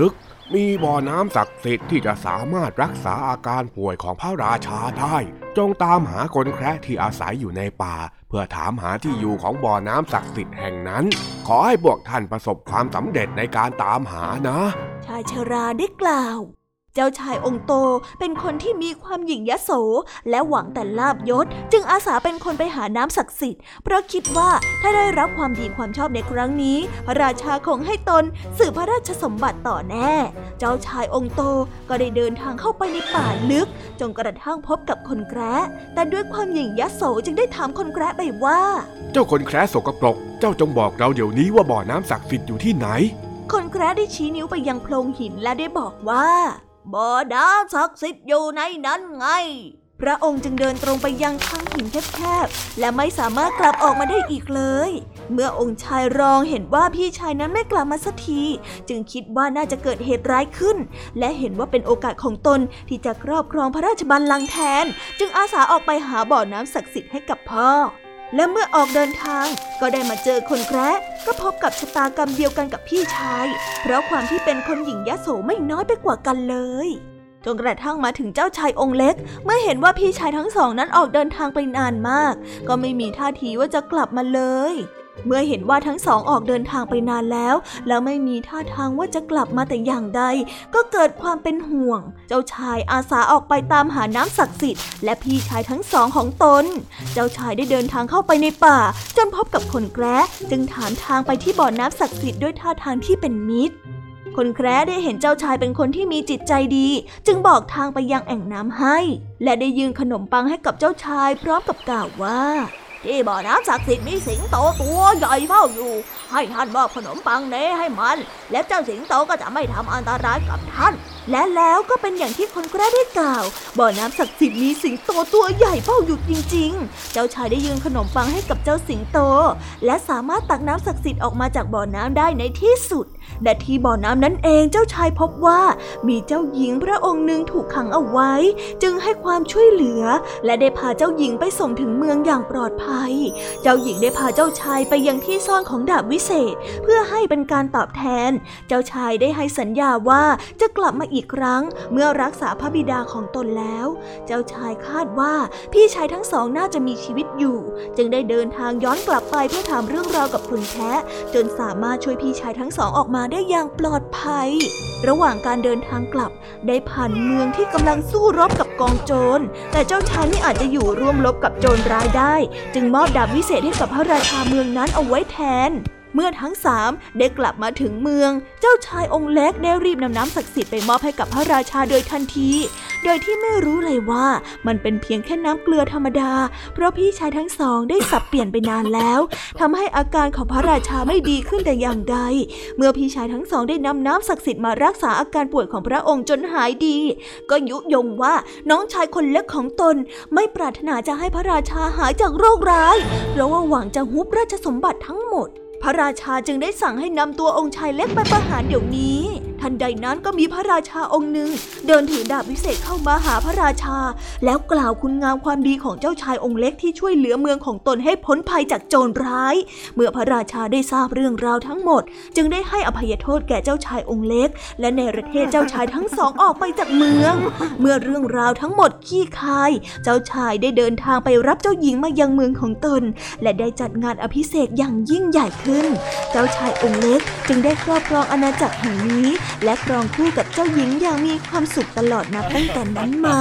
มีบ่อน้ำศักดิ์สิทธิ์ที่จะสามารถรักษาอาการป่วยของพระราชาได้จงตามหาคนแคระที่อาศัยอยู่ในป่าเพื่อถามหาที่อยู่ของบ่อน้ำศักดิ์สิทธิ์แห่งนั้นขอให้พวกท่านประสบความสำเร็จในการตามหานะชายชราได้กล่าวเจ้าชายองค์โตเป็นคนที่มีความหยิ่งยโสและหวังแต่ลาภยศจึงอาสาเป็นคนไปหาน้ำศักดิ์สิทธิ์เพราะคิดว่าถ้าได้รับความดีความชอบในครั้งนี้พระราชาคงให้ตนสืบพระราชสมบัติต่อแน่เจ้าชายองค์โตก็ได้เดินทางเข้าไปในป่าลึกจนกระทั่งพบกับคนแคระแต่ด้วยความหยิ่งยโสจึงได้ถามคนแคระไปว่าเจ้าคนแคระสกปรกเจ้าจงบอกเราเดี๋ยวนี้ว่าบ่อน้ำศักดิ์สิทธิ์อยู่ที่ไหนคนแคระได้ชี้นิ้วไปยังโพรงหินและได้บอกว่าบ่อน้ำศักดิ์สิทธิ์อยู่ในนั้นไงพระองค์จึงเดินตรงไปยังทางหินแคบๆและไม่สามารถกลับออกมาได้อีกเลยเมื่อองค์ชายรองเห็นว่าพี่ชายนั้นไม่กลับมาสักทีจึงคิดว่าน่าจะเกิดเหตุร้ายขึ้นและเห็นว่าเป็นโอกาสของตนที่จะครอบครองพระราชบัลลังก์แทนจึงอาสาออกไปหาบ่อน้ำศักดิ์สิทธิ์ให้กับพ่อและเมื่อออกเดินทางก็ได้มาเจอคนแคระก็พบกับชะตากรรมเดียวกันกับพี่ชายเพราะความที่เป็นคนหยิ่งยโสไม่น้อยไปกว่ากันเลยจนกระทั่งมาถึงเจ้าชายองค์เล็กเมื่อเห็นว่าพี่ชายทั้งสองนั้นออกเดินทางไปนานมากก็ไม่มีท่าทีว่าจะกลับมาเลยเมื่อเห็นว่าทั้งสองออกเดินทางไปนานแล้วแล้วไม่มีท่าทางว่าจะกลับมาแต่อย่างใดก็เกิดความเป็นห่วงเจ้าชายอาสาออกไปตามหาน้ำศักดิ์สิทธิ์และพี่ชายทั้งสองของตนเจ้าชายได้เดินทางเข้าไปในป่าจนพบกับคนแคระจึงถามทางไปที่บ่อน้ำศักดิ์สิทธิ์ด้วยท่าทางที่เป็นมิตรคนแคระได้เห็นเจ้าชายเป็นคนที่มีจิตใจดีจึงบอกทางไปยังแอ่งน้ำให้และได้ยื่นขนมปังให้กับเจ้าชายพร้อมกับกล่าวว่าที่บ่อน้ำศักดิ์สิทธิ์มีสิงโตตัวใหญ่เฝ้าอยู่ให้ท่านมอบขนมปังนี้ให้มันและเจ้าสิงโตก็จะไม่ทำอันตรายกับท่านและแล้วก็เป็นอย่างที่คนแคระได้กล่าวบ่อน้ำศักดิ์สิทธิ์มีสิงโตตัวใหญ่เฝ้าอยู่จริงๆเจ้าชายได้ยื่นขนมปังให้กับเจ้าสิงโตและสามารถตักน้ำศักดิ์สิทธิ์ออกมาจากบ่อน้ำได้ในที่สุดและที่บ่อน้ำนั้นเองเจ้าชายพบว่ามีเจ้าหญิงพระองค์หนึ่งถูกขังเอาไว้จึงให้ความช่วยเหลือและได้พาเจ้าหญิงไปส่งถึงเมืองอย่างปลอดภัยเจ้าหญิงได้พาเจ้าชายไปยังที่ซ่อนของดาบวิเศษเพื่อให้เป็นการตอบแทนเจ้าชายได้ให้สัญญาว่าจะกลับมาอีกครั้งเมื่อรักษาพระบิดาของตนแล้วเจ้าชายคาดว่าพี่ชายทั้งสองน่าจะมีชีวิตอยู่จึงได้เดินทางย้อนกลับไปเพื่อถามเรื่องราวกับคนแคะจนสามารถช่วยพี่ชายทั้งสองออกมาได้อย่างปลอดภัยระหว่างการเดินทางกลับได้ผ่านเมืองที่กำลังสู้รบกับกองโจรแต่เจ้าชายไม่อาจจะอยู่ร่วมรบกับโจรร้ายได้จึงมอบดาบวิเศษให้กับพระราชาเมืองนั้นเอาไว้แทนเมื่อทั้งสามได้กลับมาถึงเมืองเจ้าชายองค์เล็กได้รีบนำน้ำศักดิ์สิทธิ์ไปมอบให้กับพระราชาโดยทันทีโดยที่ไม่รู้เลยว่ามันเป็นเพียงแค่น้ำเกลือธรรมดาเพราะพี่ชายทั้งสองได้สับเปลี่ยนไปนานแล้วทำให้อาการของพระราชาไม่ดีขึ้นแต่อย่างใดเมื่อพี่ชายทั้งสองได้นำน้ำศักดิ์สิทธิ์มารักษาอาการป่วยของพระองค์จนหายดีก็ยุยงว่าน้องชายคนเล็กของตนไม่ปรารถนาจะให้พระราชาหายจากโรคร้ายเพราะว่าหวังจะฮุบราชสมบัติทั้งหมดพระราชาจึงได้สั่งให้นำตัวองค์ชายเล็กไปประหารเดี๋ยวนี้ทันใดนั้นก็มีพระราชาองค์หนึ่งเดินถือดาบวิเศษเข้ามาหาพระราชาแล้วกล่าวคุณงามความดีของเจ้าชายองค์เล็กที่ช่วยเหลือเมืองของตนให้พ้นภัยจากโจรร้ายเมื่อพระราชาได้ทราบเรื่องราวทั้งหมดจึงได้ให้อภัยโทษแก่เจ้าชายองค์เล็กและเนรเทศเจ้าชายทั้งสองออกไปจากเมืองเมื่อเรื่องราวทั้งหมดคลี่คลายเจ้าชายได้เดินทางไปรับเจ้าหญิงมายังเมืองของตนและได้จัดงานอภิเษกอย่างยิ่งใหญ่ขึ้นเจ้าชายองค์เล็กจึงได้ครอบครองอาณาจักรแห่งนี้และครองคู่กับเจ้าหญิงอย่างมีความสุขตลอดนับตั้งแต่นั้นมา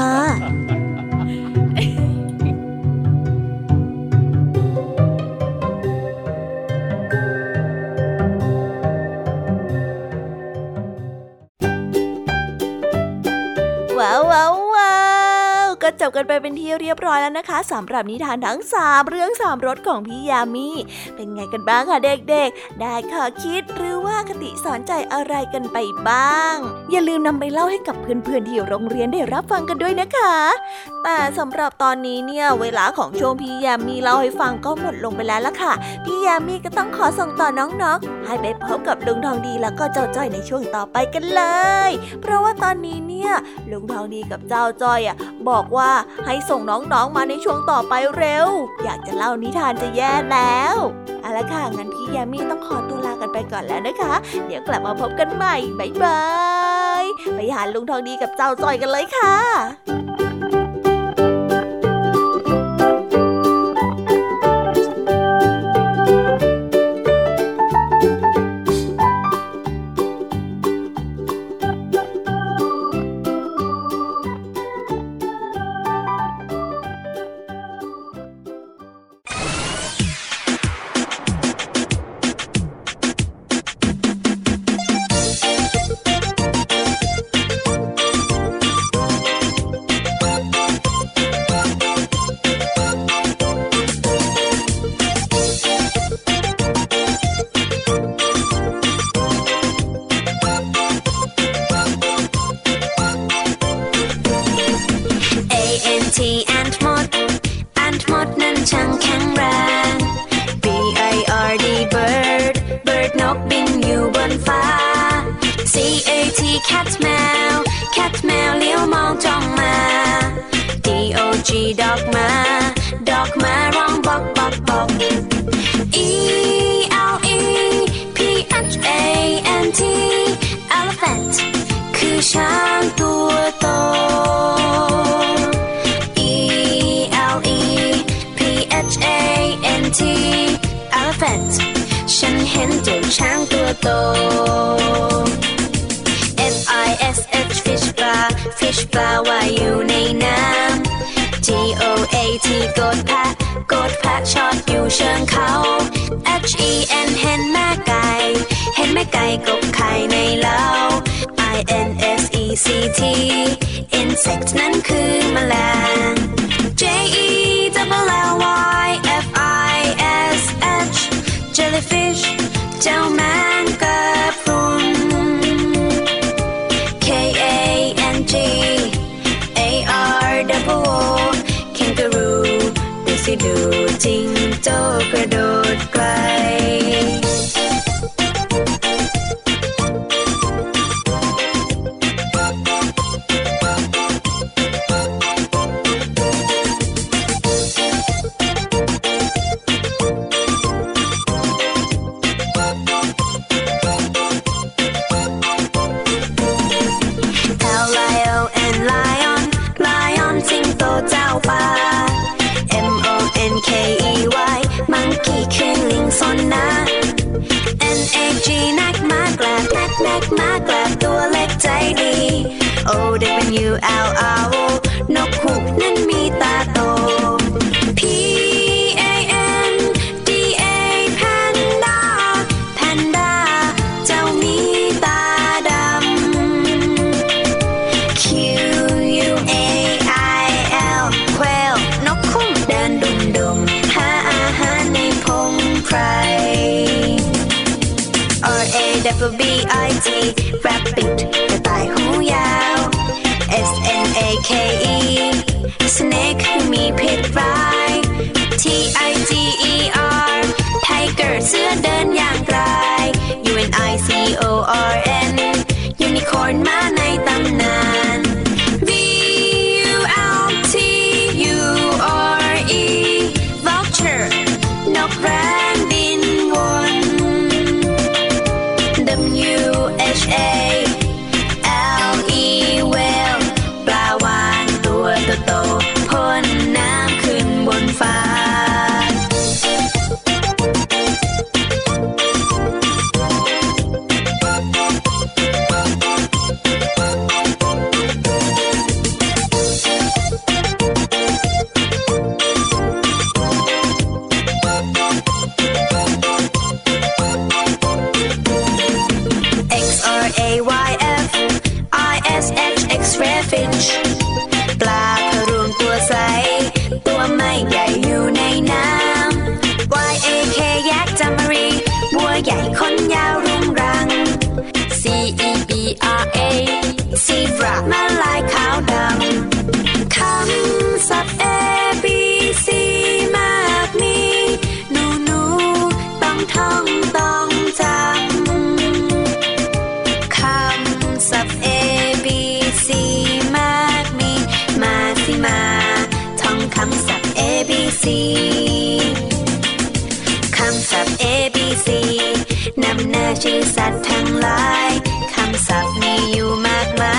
ว้าวว้าวว้าวก็จบกันไปเป็นที่เรียบร้อยแล้วนะคะสำหรับนิทานทั้งสามเรื่องสามรสของพี่ยามีเป็นไงกันบ้างคะเด็กๆได้ข้อคิดหรือว่าคติสอนใจอะไรกันไปบ้างอย่าลืมนำไปเล่าให้กับเพื่อนๆที่โรงเรียนได้รับฟังกันด้วยนะคะแต่สำหรับตอนนี้เนี่ยเวลาของช่วงพี่ยามีเล่าให้ฟังก็หมดลงไปแล้วล่ะค่ะพี่ยามีก็ต้องขอส่งต่อน้องๆให้ไปพบกับลุงทองดีแล้วก็เจ้าจ้อยในช่วงต่อไปกันเลยเพราะว่าตอนนี้เนี่ยลุงทองดีกับเจ้าจ้อยอ่ะบอกว่าให้ส่งน้องๆมาในช่วงต่อไปเร็วอยากจะเล่านิทานจะแย่แล้วเอาละค่ะงั้นพี่ยามีต้องขอตัวลากันไปก่อนแล้วนะคะเดี๋ยวกลับมาพบกันใหม่บ๊ายบายไปหาลุงทองดีกับเจ้าจ้อยกันเลยค่ะ insect นั้นคือแมลง J E L L Y F I S H jellyfish เจ้าแมงกะพรุน K A N G A R O O kangaroo ดูสิดูจิงโจ้กระโดดไกลU L L นกฮูกนั้นมีตาโต P A N D A Panda Panda เจ้ามีตาดำ Q U A I L Quail นกคุ้มเดินดุ่มๆหาอาหารในพงไพร R A W B I T Rabbit กระต่ายหูยาว S N A K E Snake มีพิษร้าย T I G E R Tiger เสือเดินอย่างไกล U N I C O R N Unicorn ม้าในตำนาน V U L T U R E Vulture นกแร้งบินวน W H A L E Whale ปลาวาฬตัวโตๆพ่นน้ำขึ้นบนฟ้าFish ปลาพรูนตัวใสตัวไม่ใหญ่อยู่ในน้ำ Y A K ยักษ์จามรีบัวใหญ่ขนยาวรุงรัง C E B R A Zebra ม้าลายขาวดำคำศัพท์ A B C มากมีหนูหนูต้องท่องต้องจำคำศัพท์ A B Cมาท่องคำศัพท์ A B C คำศัพท์ A B C นำหน้าชื่อสัตว์ทั้งหลายคำศัพท์มีอยู่มากมาย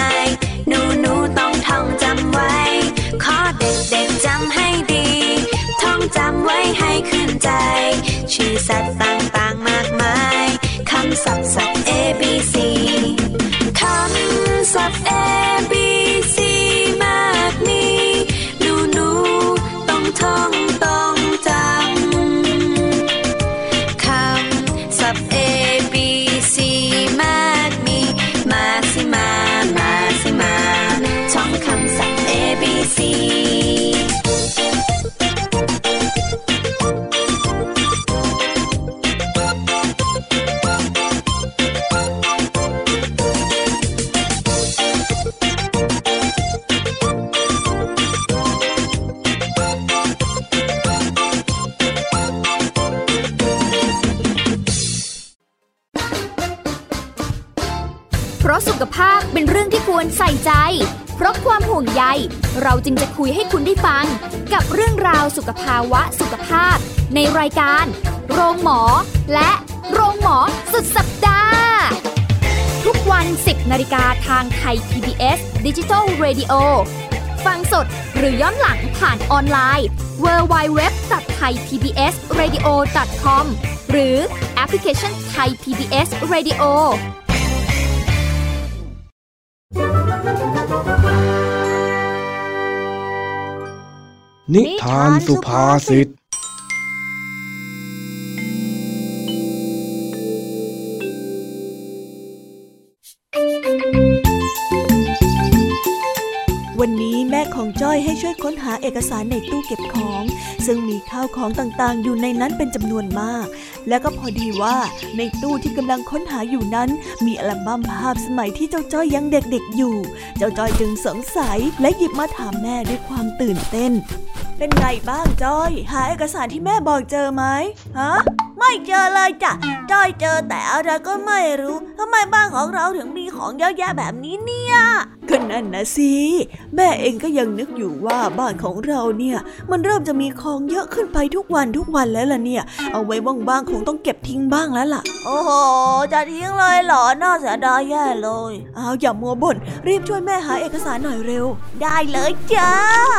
วนใส่ใจเพราะความห่วงใยเราจึงจะคุยให้คุณได้ฟังกับเรื่องราวสุขภาวะสุขภาพในรายการโรงหมอและโรงหมอสุดสัปดาห์ทุกวัน สิบนาฬิกาทางไทย พี บี เอส Digital Radio ฟังสดหรือย้อนหลังผ่านออนไลน์ ดับเบิลยู ดับเบิลยู ดับเบิลยู ดอท ไทยพีบีเอสเรดิโอ ดอท คอม หรือแอปพลิเคชัน Thai พี บี เอส Radio นิทานสุภาษิตวันนี้แม่ของจ้อยให้ช่วยค้นหาเอกสารในตู้เก็บของซึ่งมีข้าวของต่างๆอยู่ในนั้นเป็นจำนวนมากและก็พอดีว่าในตู้ที่กำลังค้นหาอยู่นั้นมีอัลบั้มภาพสมัยที่เจ้าจ้อยยังเด็กๆอยู่เจ้าจ้อยจึงสงสัยและหยิบมาถามแม่ด้วยความตื่นเต้นเป็นไงบ้างจ้อยหาเอกสารที่แม่บอกเจอไหมฮะไม่เจอเลยจ้ะจ้อยเจอแต่อะไรก็ไม่รู้ทำไมบ้านของเราถึงมีของเยอะแยะแบบนี้เนี่ยก็นั่นนะสิแม่เองก็ยังนึกอยู่ว่าบ้านของเราเนี่ยมันเริ่มจะมีของเยอะขึ้นไปทุกวันทุกวันแล้วล่ะเนี่ยเอาไว้ว่างๆคงต้องเก็บทิ้งบ้างแล้วล่ะโอ้โหจะทิ้งเลยเหรอน่าเสียดายแย่เลยอ้าวอย่ามัวบ่นรีบช่วยแม่หาเอกสารหน่อยเร็วได้เลยจ้า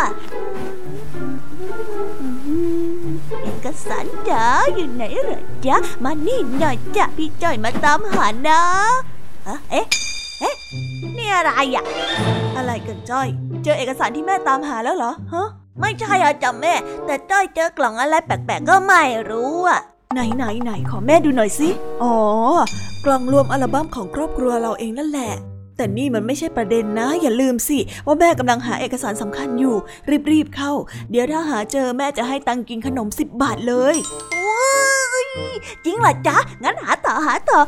เอกสารจ๋าอยู่ไหนเหรอจ๊ะมานี่หน่อยจ้ะพี่จ้อยมาตามหานะฮะเอ๊ะเอ๊ะนี่อะไรอ่ะอะไรกันจ้อยเจอเอกสารที่แม่ตามหาแล้วเหรอฮะไม่ใช่อ่ะจ้ะแม่แต่จ้อยเจอกล่องอะไรแปลกๆก็ไม่รู้อ่ะไหนไหนไหนขอแม่ดูหน่อยสิอ๋อกล่องรวมอัลบั้มของครอบครัวเราเองนั่นแหละแต่นี่มันไม่ใช่ประเด็นนะอย่าลืมสิว่าแม่กำลังหาเอกสารสำคัญอยู่รีบๆเข้าเดี๋ยวถ้าหาเจอแม่จะให้ตังค์กินขนมสิบบาทเลยว้ายจริงเหรอจ๊ะงั้นหาต่อหาต่อ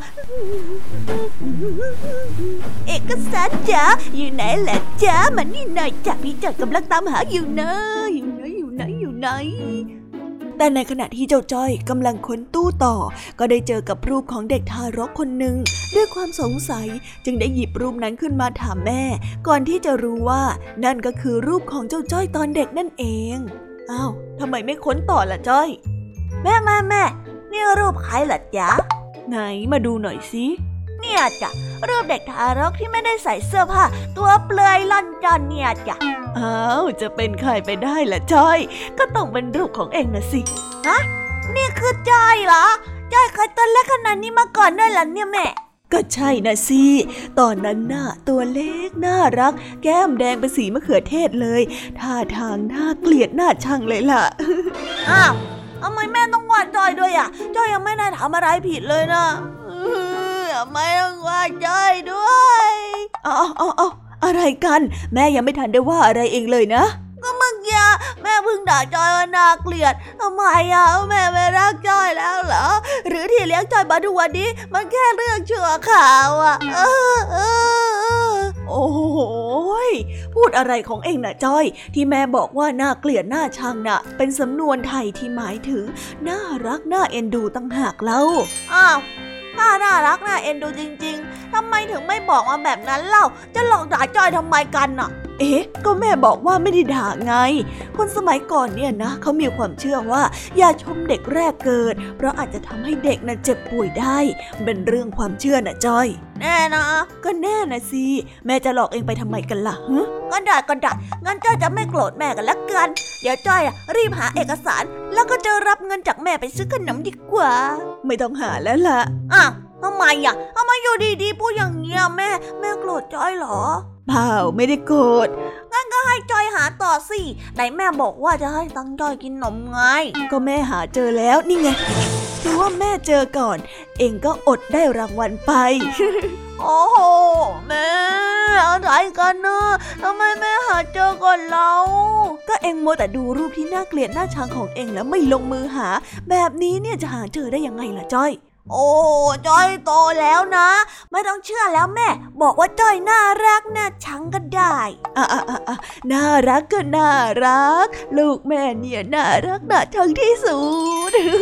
เอกสารจ๊ะอยู่ไหนแหละจ๊ะมานี่หน่อยจ้ะพี่จ้อยกำลังตามหาอยู่นะอยู่ไหนอยู่ไหนอยู่ไหนแต่ในขณะที่เจ้าจ้อยกำลังค้นตู้ต่อก็ได้เจอกับรูปของเด็กทารกคนหนึ่งด้วยความสงสัยจึงได้หยิบรูปนั้นขึ้นมาถามแม่ก่อนที่จะรู้ว่านั่นก็คือรูปของเจ้าจ้อยตอนเด็กนั่นเองอ้าวทำไมไม่ค้นต่อล่ะจ้อยแม่แม่แม่นี่รูปใครล่ะจ๊ะไหนมาดูหน่อยสิเนี่ยจ้ะรูปเด็กทารกที่ไม่ได้ใส่เสื้อผ้าตัวเปลือยล่อนจ้อนเนี่ยจ้ะอ้าวจะเป็นใครไปได้ล่ะจ้อยก็ต้องเป็นรูปของเองนะสิฮะนี่คือจ้อยเหรอจ้อยเคยตัวเล็กขนาดนี้มาก่อนด้วยเหรอเนี่ยแม่ก็ใช่นะสิตอนนั้นน่ะตัวเล็กน่ารักแก้มแดงเป็นสีมะเขือเทศเลยท่าทางน่าเกลียดน่าชังเลยล่ะอ้าวทำไมแม่ต้องวาดจ้อยด้วยอ่ะจ้อยยังไม่ได้ทำอะไรผิดเลยนะทำไมต้องวาดจ้อยด้วยอ๋ออ๋ออะไรกันแม่ยังไม่ทันได้ว่าอะไรเองเลยนะก็เมื่อกี้แม่เพิ่งด่าจ้อยว่าน่าเกลียดทำไมอ่ะแม่ไม่รักจ้อยแล้วเหรอหรือที่เลี้ยงจ้อยมาทุกวันนี้มันแค่เรื่องชั่วคราวอ่ะเออเออโอ้โหพูดอะไรของเองน่ะจ้อยที่แม่บอกว่าน่าเกลียดน่าชังน่ะเป็นสำนวนไทยที่หมายถึงน่ารักน่าเอ็นดูต่างหากเล่าอ้าวถ้าน่ารักน่าเอ็นดูจริงๆทำไมถึงไม่บอกมาแบบนั้นเล่าจะหลอกด่าจ้อยทำไมกันน่ะเอ๊ะก็แม่บอกว่าไม่ได้ด่าไงคนสมัยก่อนเนี่ยนะเขามีความเชื่อว่าอย่าชมเด็กแรกเกิดเพราะอาจจะทำให้เด็กน่ะเจ็บป่วยได้เป็นเรื่องความเชื่อน่ะจ้อยแน่นะก็แน่นะสิแม่จะหลอกเองไปทำไมกันล่ะฮะก็ได้ก็ได้งั้นจ้อยจะไม่โกรธแม่กันละกันเดี๋ยวจ้อยอ่ะรีบหาเอกสารแล้วก็จะรับเงินจากแม่ไปซื้อขนมดีกว่าไม่ต้องหาแล้วล่ะอ้าวทำไมอ่ะทำไมอยู่ดีๆพูดอย่างเงี้ยแม่แม่โกรธจ้อยเหรอเปล่าไม่ได้โกรธงั้นก็ให้จ้อยหาต่อสิไหนแม่บอกว่าจะให้ตังค์จ้อยกินนมไงก็แม่หาเจอแล้วนี่ไงถือว่าแม่เจอก่อนเองก็อดได้รางวัลไปโอ้โหแม่อะไรกันเนอะทำไมแม่หาเจอก่อนเราก็เองมัวแต่ดูรูปที่น่าเกลียดน่าชังของเองแล้วไม่ลงมือหาแบบนี้เนี่ยจะหาเจอได้ยังไงล่ะจ้อยโอ้จ้อยโตแล้วนะไม่ต้องเชื่อแล้วแม่บอกว่าจ้อยน่ารักน่าชังก็ได้อ่ะอ่ะอ่ะน่ารักก็น่ารักลูกแม่เนี่ยน่ารักน่าชังที่สุด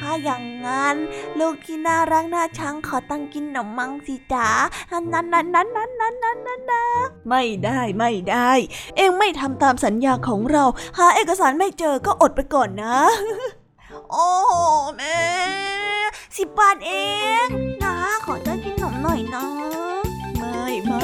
ถ้าอย่างงั้นลูกที่น่ารักน่าชังขอตั้งกินหนมมังสิจ๋านั่นนั่นนั่นนั่นนั่นนั่นนั่นนั่นไม่ได้ไม่ได้เอ็งไม่ทำตามสัญญาของเราหาเอกสารไม่เจอก็อดไปก่อนนะโอ้แม่สิบบาทเองนะขอตั้งกินหนมหน่อยนะไม่ไม่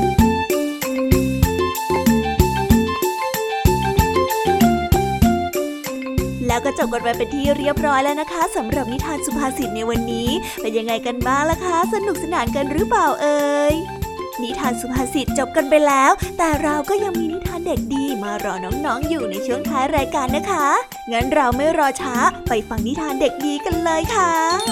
แล้วก็จบกันไปเป็นที่เรียบร้อยแล้วนะคะสำหรับนิทานสุภาษิตในวันนี้เป็นยังไงกันบ้างล่ะคะสนุกสนานกันหรือเปล่าเอ่ยนิทานสุภาษิตจบกันไปแล้วแต่เราก็ยังมีนิทานเด็กดีมารอน้องๆอยู่ในช่วงท้ายรายการนะคะงั้นเราไม่รอช้าไปฟังนิทานเด็กดีกันเลยค่ะ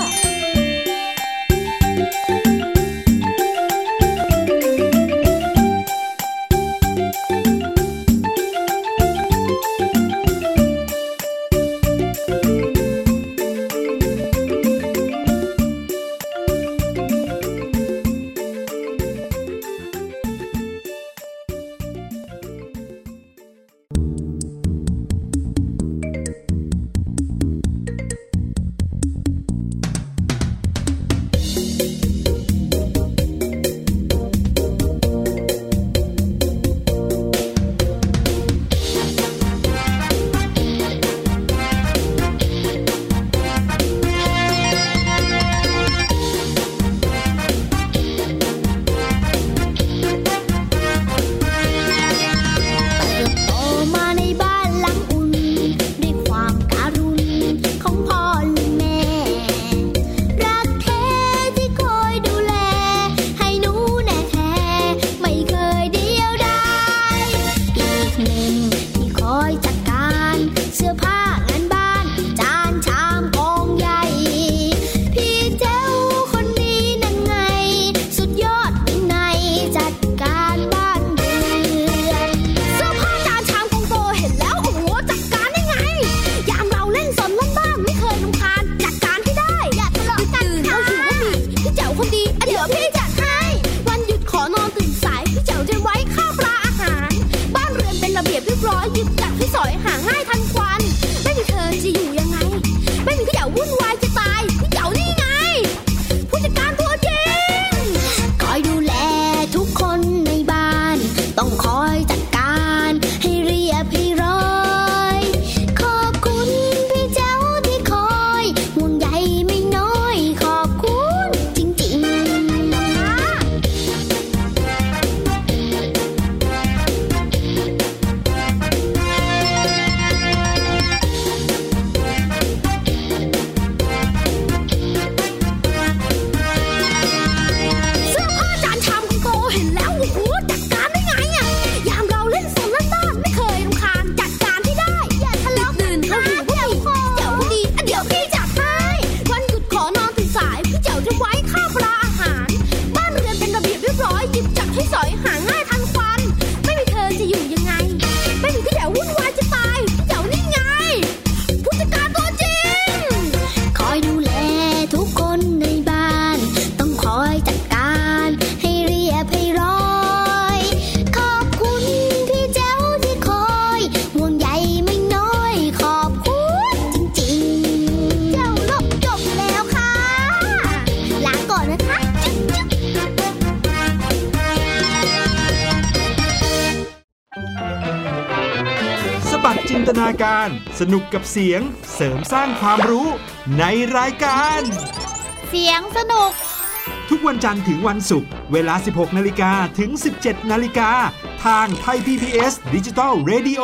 จินตนาการสนุกกับเสียงเสริมสร้างความรู้ในรายการเสียงสนุกทุกวันจันทร์ถึงวันศุกร์เวลา สิบหกนาฬิกา ถึง สิบเจ็ดนาฬิกา ทางไทย พี บี เอส Digital Radio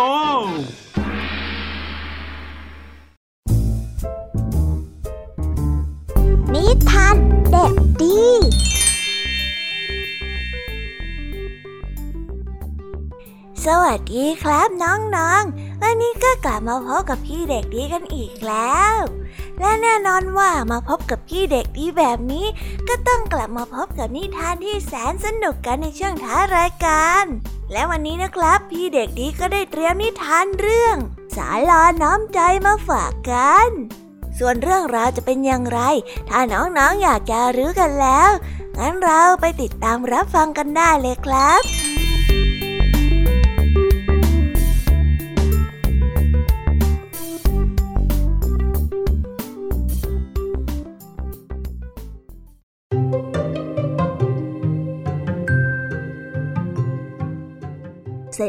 นิทานเด็กดีสวัสดีครับน้องๆวันนี้ก็กลับมาพบกับพี่เด็กดีกันอีกแล้วและแน่นอนว่ามาพบกับพี่เด็กดีแบบนี้ก็ต้องกลับมาพบกับนิทานที่แสนสนุกกันในช่วงท้ายรายการและวันนี้นะครับพี่เด็กดีก็ได้เตรียมนิทานเรื่องศาลาน้ำใจมาฝากกันส่วนเรื่องราวจะเป็นอย่างไรถ้าน้องๆอยากจะรู้กันแล้วงั้นเราไปติดตามรับฟังกันได้เลยครับ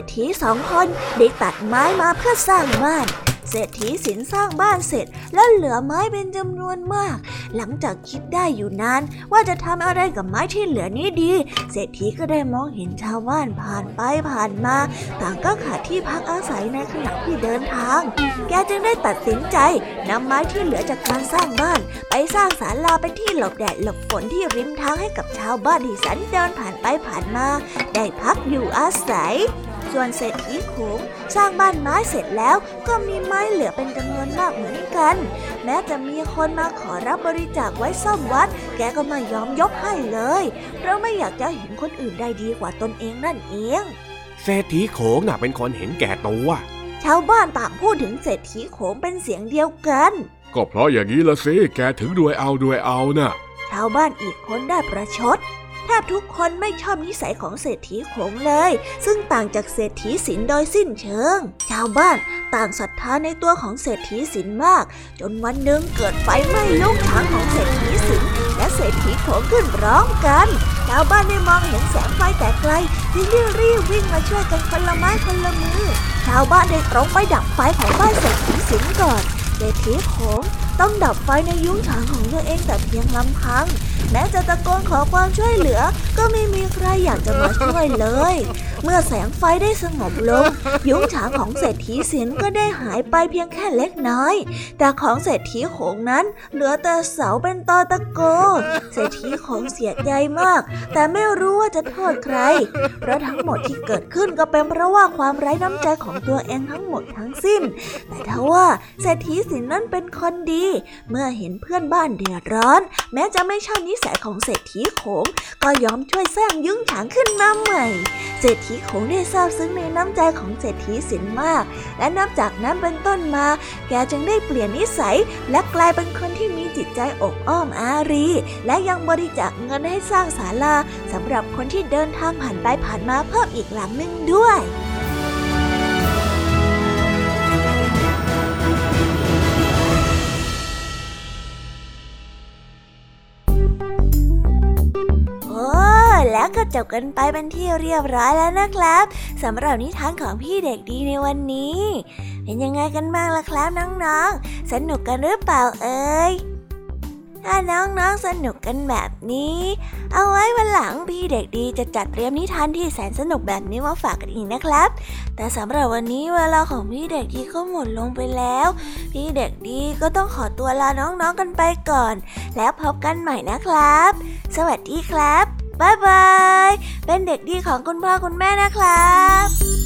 ษฐีสองคนได้ตัดไม้มาเพื่อสร้างบ้านเศรษฐีสินสร้างบ้านเสร็จแล้วเหลือไม้เป็นจำนวนมากหลังจากคิดได้อยู่นานว่าจะทำอะไรกับไม้ที่เหลือนี้ดีเศรษฐีก็ได้มองเห็นชาวบ้านผ่านไปผ่านมาต่างก็ขาดที่พักอาศัยในขณะที่เดินทางแกจึงได้ตัดสินใจนำไม้ที่เหลือจากการสร้างบ้านไปสร้างศาลาเป็นที่หลบแดดหลบฝนที่ริมทางให้กับชาวบ้านที่สัญจรผ่านไปผ่านมาได้พักอยู่อาศัยส่วนเศรษฐีโขงสร้างบ้านไม้เสร็จแล้วก็มีไม้เหลือเป็นจำนวนมากเหมือนกันแม้จะมีคนมาขอรับบริจาคไว้ซ่อมวัดแกก็ไม่ยอมยกให้เลยเพราะไม่อยากจะเห็นคนอื่นได้ดีกว่าตนเองนั่นเองเศรษฐีโขงน่ะเป็นคนเห็นแก่ตัวชาวบ้านต่างพูดถึงเศรษฐีโขงเป็นเสียงเดียวกันก็เพราะอย่างนี้ละสิแกถึงรวยเอารวยเอาน่ะชาวบ้านอีกคนได้ประชดแทบทุกคนไม่ชอบนิสัยของเศรษฐีโขงเลยซึ่งต่างจากเศรษฐีสินโดยสิ้นเชิงชาวบ้านต่างศรัทธาในตัวของเศรษฐีสินมากจนวันหนึ่งเกิดไฟไหม้ยุ้งฉางของเศรษฐีสินและเศรษฐีโขงขึ้นพร้อมกันชาวบ้านได้มองเห็นแสงไฟแต่ไกลจึงได้รีบวิ่งมาช่วยกันคนละไม้คนละมือชาวบ้านได้ตรงไปดับไฟของบ้านเศรษฐีสินก่อนเศรษฐีโขงต้องดับไฟในยุ้งฉางของตัวเองแต่เพียงลำพังแม้จะตะโกนขอความช่วยเหลือก็ไม่มีใครอยากจะมาช่วยเลยเมื่อแสงไฟได้สงบลงยุ้งฉางของเศรษฐีสินก็ได้หายไปเพียงแค่เล็กน้อยแต่ของเศรษฐีโขงนั้นเหลือแต่เสาเป็นตอตะโกเศรษฐีโขงเสียใจมากแต่ไม่รู้ว่าจะโทษใครเพราะทั้งหมดที่เกิดขึ้นก็เป็นเพราะว่าความไร้น้ำใจของตัวเองทั้งหมดทั้งสิ้นแต่ทว่าเศรษฐีสินนั้นเป็นคนดีเมื่อเห็นเพื่อนบ้านเดือดร้อนแม้จะไม่ชอบนิสัยของเศรษฐีโขงก็ยอมช่วยสร้างยุ้งฉางขึ้นมาใหม่เศรษฐีโขงได้ซาบซึ้งในน้ำใจของเศรษฐีสินมากและนับจากนั้นเป็นต้นมาแกจึงได้เปลี่ยนนิสัยและกลายเป็นคนที่มีจิตใจอบอ้อมอารีและยังบริจาคเงินให้สร้างศาลาสำหรับคนที่เดินทางผ่านไปผ่านมาเพิ่มอีกหลังหนึ่งด้วยแล้วก็จบกันไปเป็นที่เรียบร้อยแล้วนะครับสำหรับนิทานของพี่เด็กดีในวันนี้เป็นยังไงกันบ้างล่ะครับน้องๆสนุกกันหรือเปล่าเอ่ยถ้าน้องๆสนุกกันแบบนี้เอาไว้วันหลังพี่เด็กดีจะจัดเตรียมนิทานที่แสนสนุกแบบนี้มาฝากกันอีกนะครับแต่สำหรับวันนี้เวลาของพี่เด็กดีก็หมดลงไปแล้วพี่เด็กดีก็ต้องขอตัวลาน้องๆกันไปก่อนแล้วพบกันใหม่นะครับสวัสดีครับบ๊ายบายเป็นเด็กดีของคุณพ่อคุณแม่นะครับ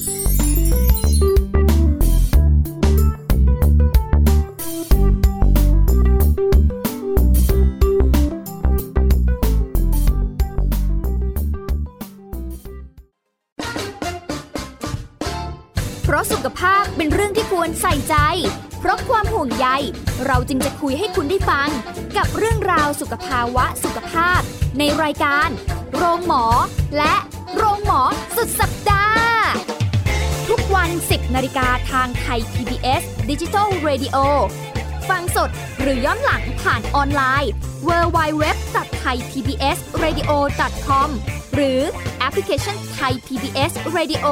เพราะสุขภาพเป็นเรื่องที่ควรใส่ใจเพราะความห่วงใยเราจึงจะคุยให้คุณได้ฟังกับเรื่องราวสุขภาวะสุขภาพในรายการโรงหมอและโรงหมอสุดสัปดาห์ทุกวัน สิบนาฬิกาทางไทย พี บี เอส Digital Radio ฟังสดหรือย้อนหลังผ่านออนไลน์ ดับเบิลยู ดับเบิลยู ดับเบิลยู ดอท ไทย พี บี เอส เรดิโอ ดอท คอม หรือแอปพลิเคชัน Thai พี บี เอส Radio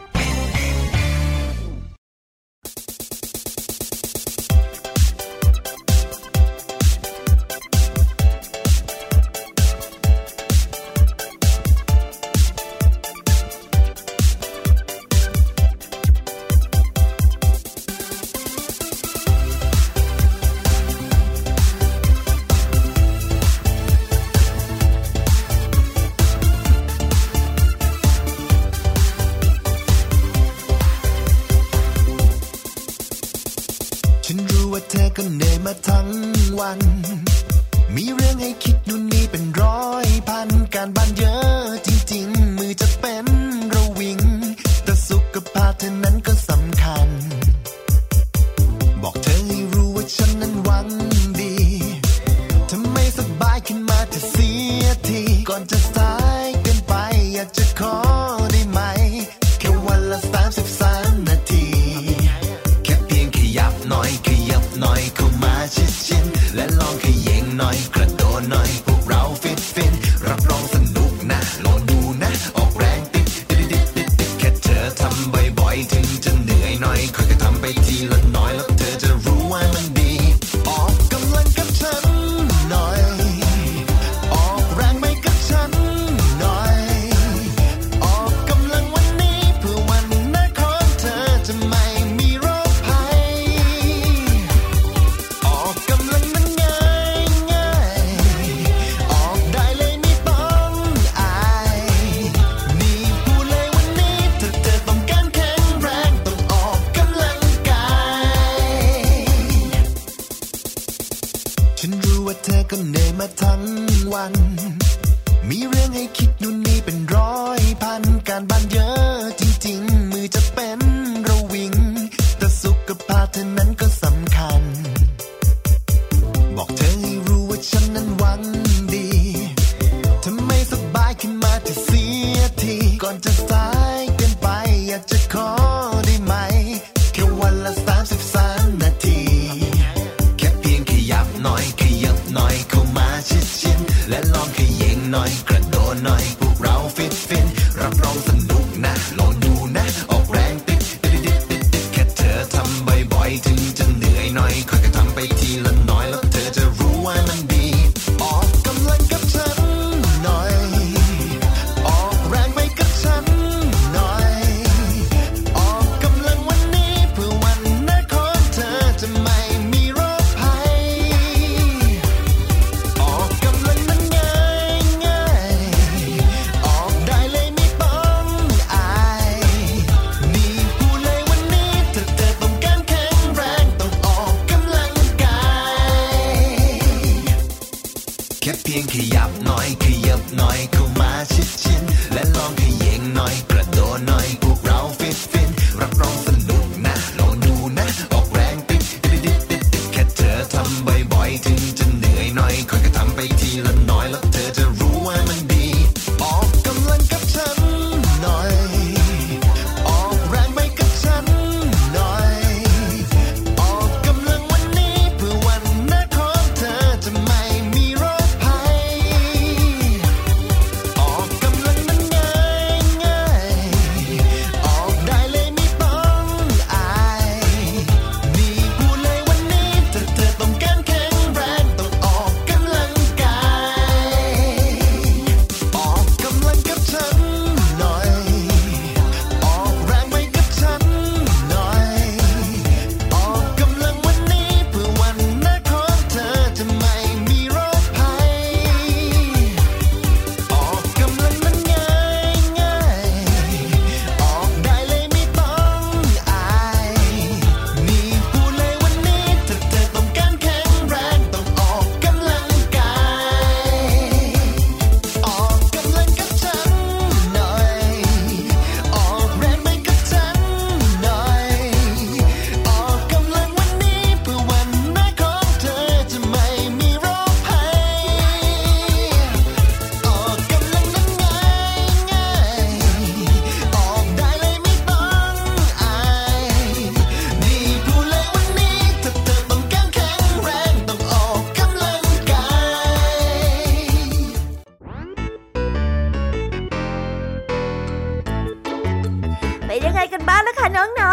มีเรื่องให้คิดนู่นนี่เป็นร้อยพันการบ้านเยอะจริงๆมือจะเป็นระวิงแต่สุขภาพเธอนั้นก็สำคัญบอกเธอให้รู้ว่าฉันนั้นหวังดีถ้าไม่สบายขึ้นมาเธอเสียทีก่อนจะสายเกินไปอยากจะขอได้ไหมแค่วันละสามสิบสามนาทีแค่เพียงขยับหน่อยขยับหน่อยเข้ามาชิดๆและลองขยิงหน่อยกระโดดหน่อยพวกเราฟิตฟินรับรองสนุกนะลองดูนะออกแรงติดติดติดติดแค่เธอทำ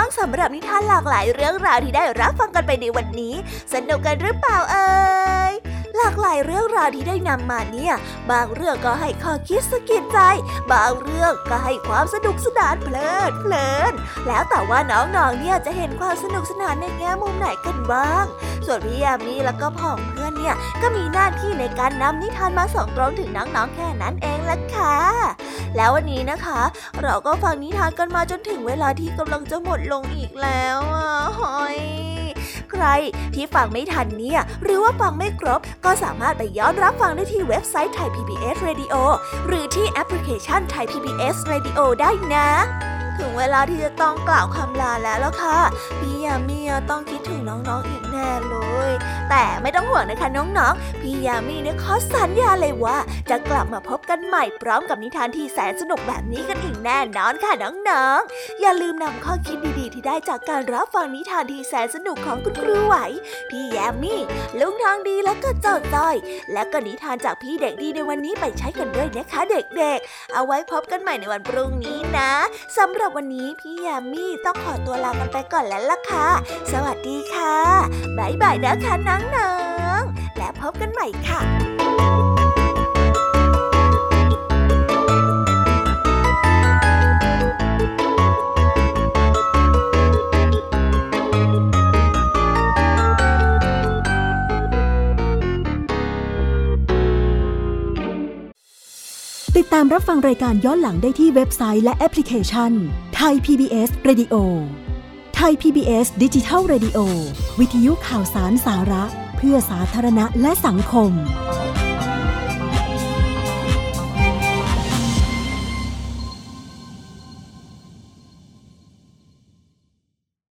องๆสำหรับนิทานหลากหลายเรื่องราวที่ได้รับฟังกันไปในวันนี้สนุกกันหรือเปล่าเอ่ยหลากหลายเรื่องราวที่ได้นำมาเนี่ยบางเรื่องก็ให้ข้อคิดสะกิดใจบางเรื่องก็ให้ความสนุกสนานเพลิดเพลินแล้วแต่ว่าน้องๆเนี่ยจะเห็นความสนุกสนานในแง่มุมไหนกันบ้างส่วนพี่ยามีแล้วก็พ่องเพื่อนเนี่ยก็มีหน้าที่ในการนำนิทานมาส่งตรงถึงน้องๆแค่นั้นเองล่ะค่ะแล้ววันนี้นะคะเราก็ฟังนิทานกันมาจนถึงเวลาที่กำลังจะหมดลงอีกแล้วอ่ะหอยใครที่ฟังไม่ทันเนี่ยหรือว่าฟังไม่ครบก็สามารถไปย้อนรับฟังได้ที่เว็บไซต์ Thai พี บี เอส Radio หรือที่แอปพลิเคชัน Thai พี บี เอส Radio ได้นะถึงเวลาที่จะต้องกล่าวคำลาแล้วล่ะค่ะพี่ยามีต้องคิดถึงน้องๆอีกแน่เลยแต่ไม่ต้องห่วงนะคะน้องๆพี่ยามีเนี่ยขอสัญญาเลยว่าจะกลับมาพบกันใหม่พร้อมกับนิทานที่แสนสนุกแบบนี้กันอีกแน่นอนค่ะน้องๆอย่าลืมนำข้อคิดดีๆที่ได้จากการรับฟังนิทานที่แสนสนุกของคุณครูไหวพี่ยามีลุงทองดีแล้วก็เจ้าจ้อยและก็นิทานจากพี่เด็กดีในวันนี้ไปใช้กันด้วยนะคะเด็กๆเอาไว้พบกันใหม่ในวันพรุ่งนี้นะสำหรับวันนี้พี่ยามีต้องขอตัวลากันไปก่อนแล้วล่ะค่ะสวัสดีค่ะบ๊ายบายนะคะน้องๆและพบกันใหม่ค่ะติดตามรับฟังรายการย้อนหลังได้ที่เว็บไซต์และแอปพลิเคชัน Thai พี บี เอส Radio Thai พี บี เอส Digital Radio วิทยุข่าวสารสาระเพื่อสาธารณะและสังคม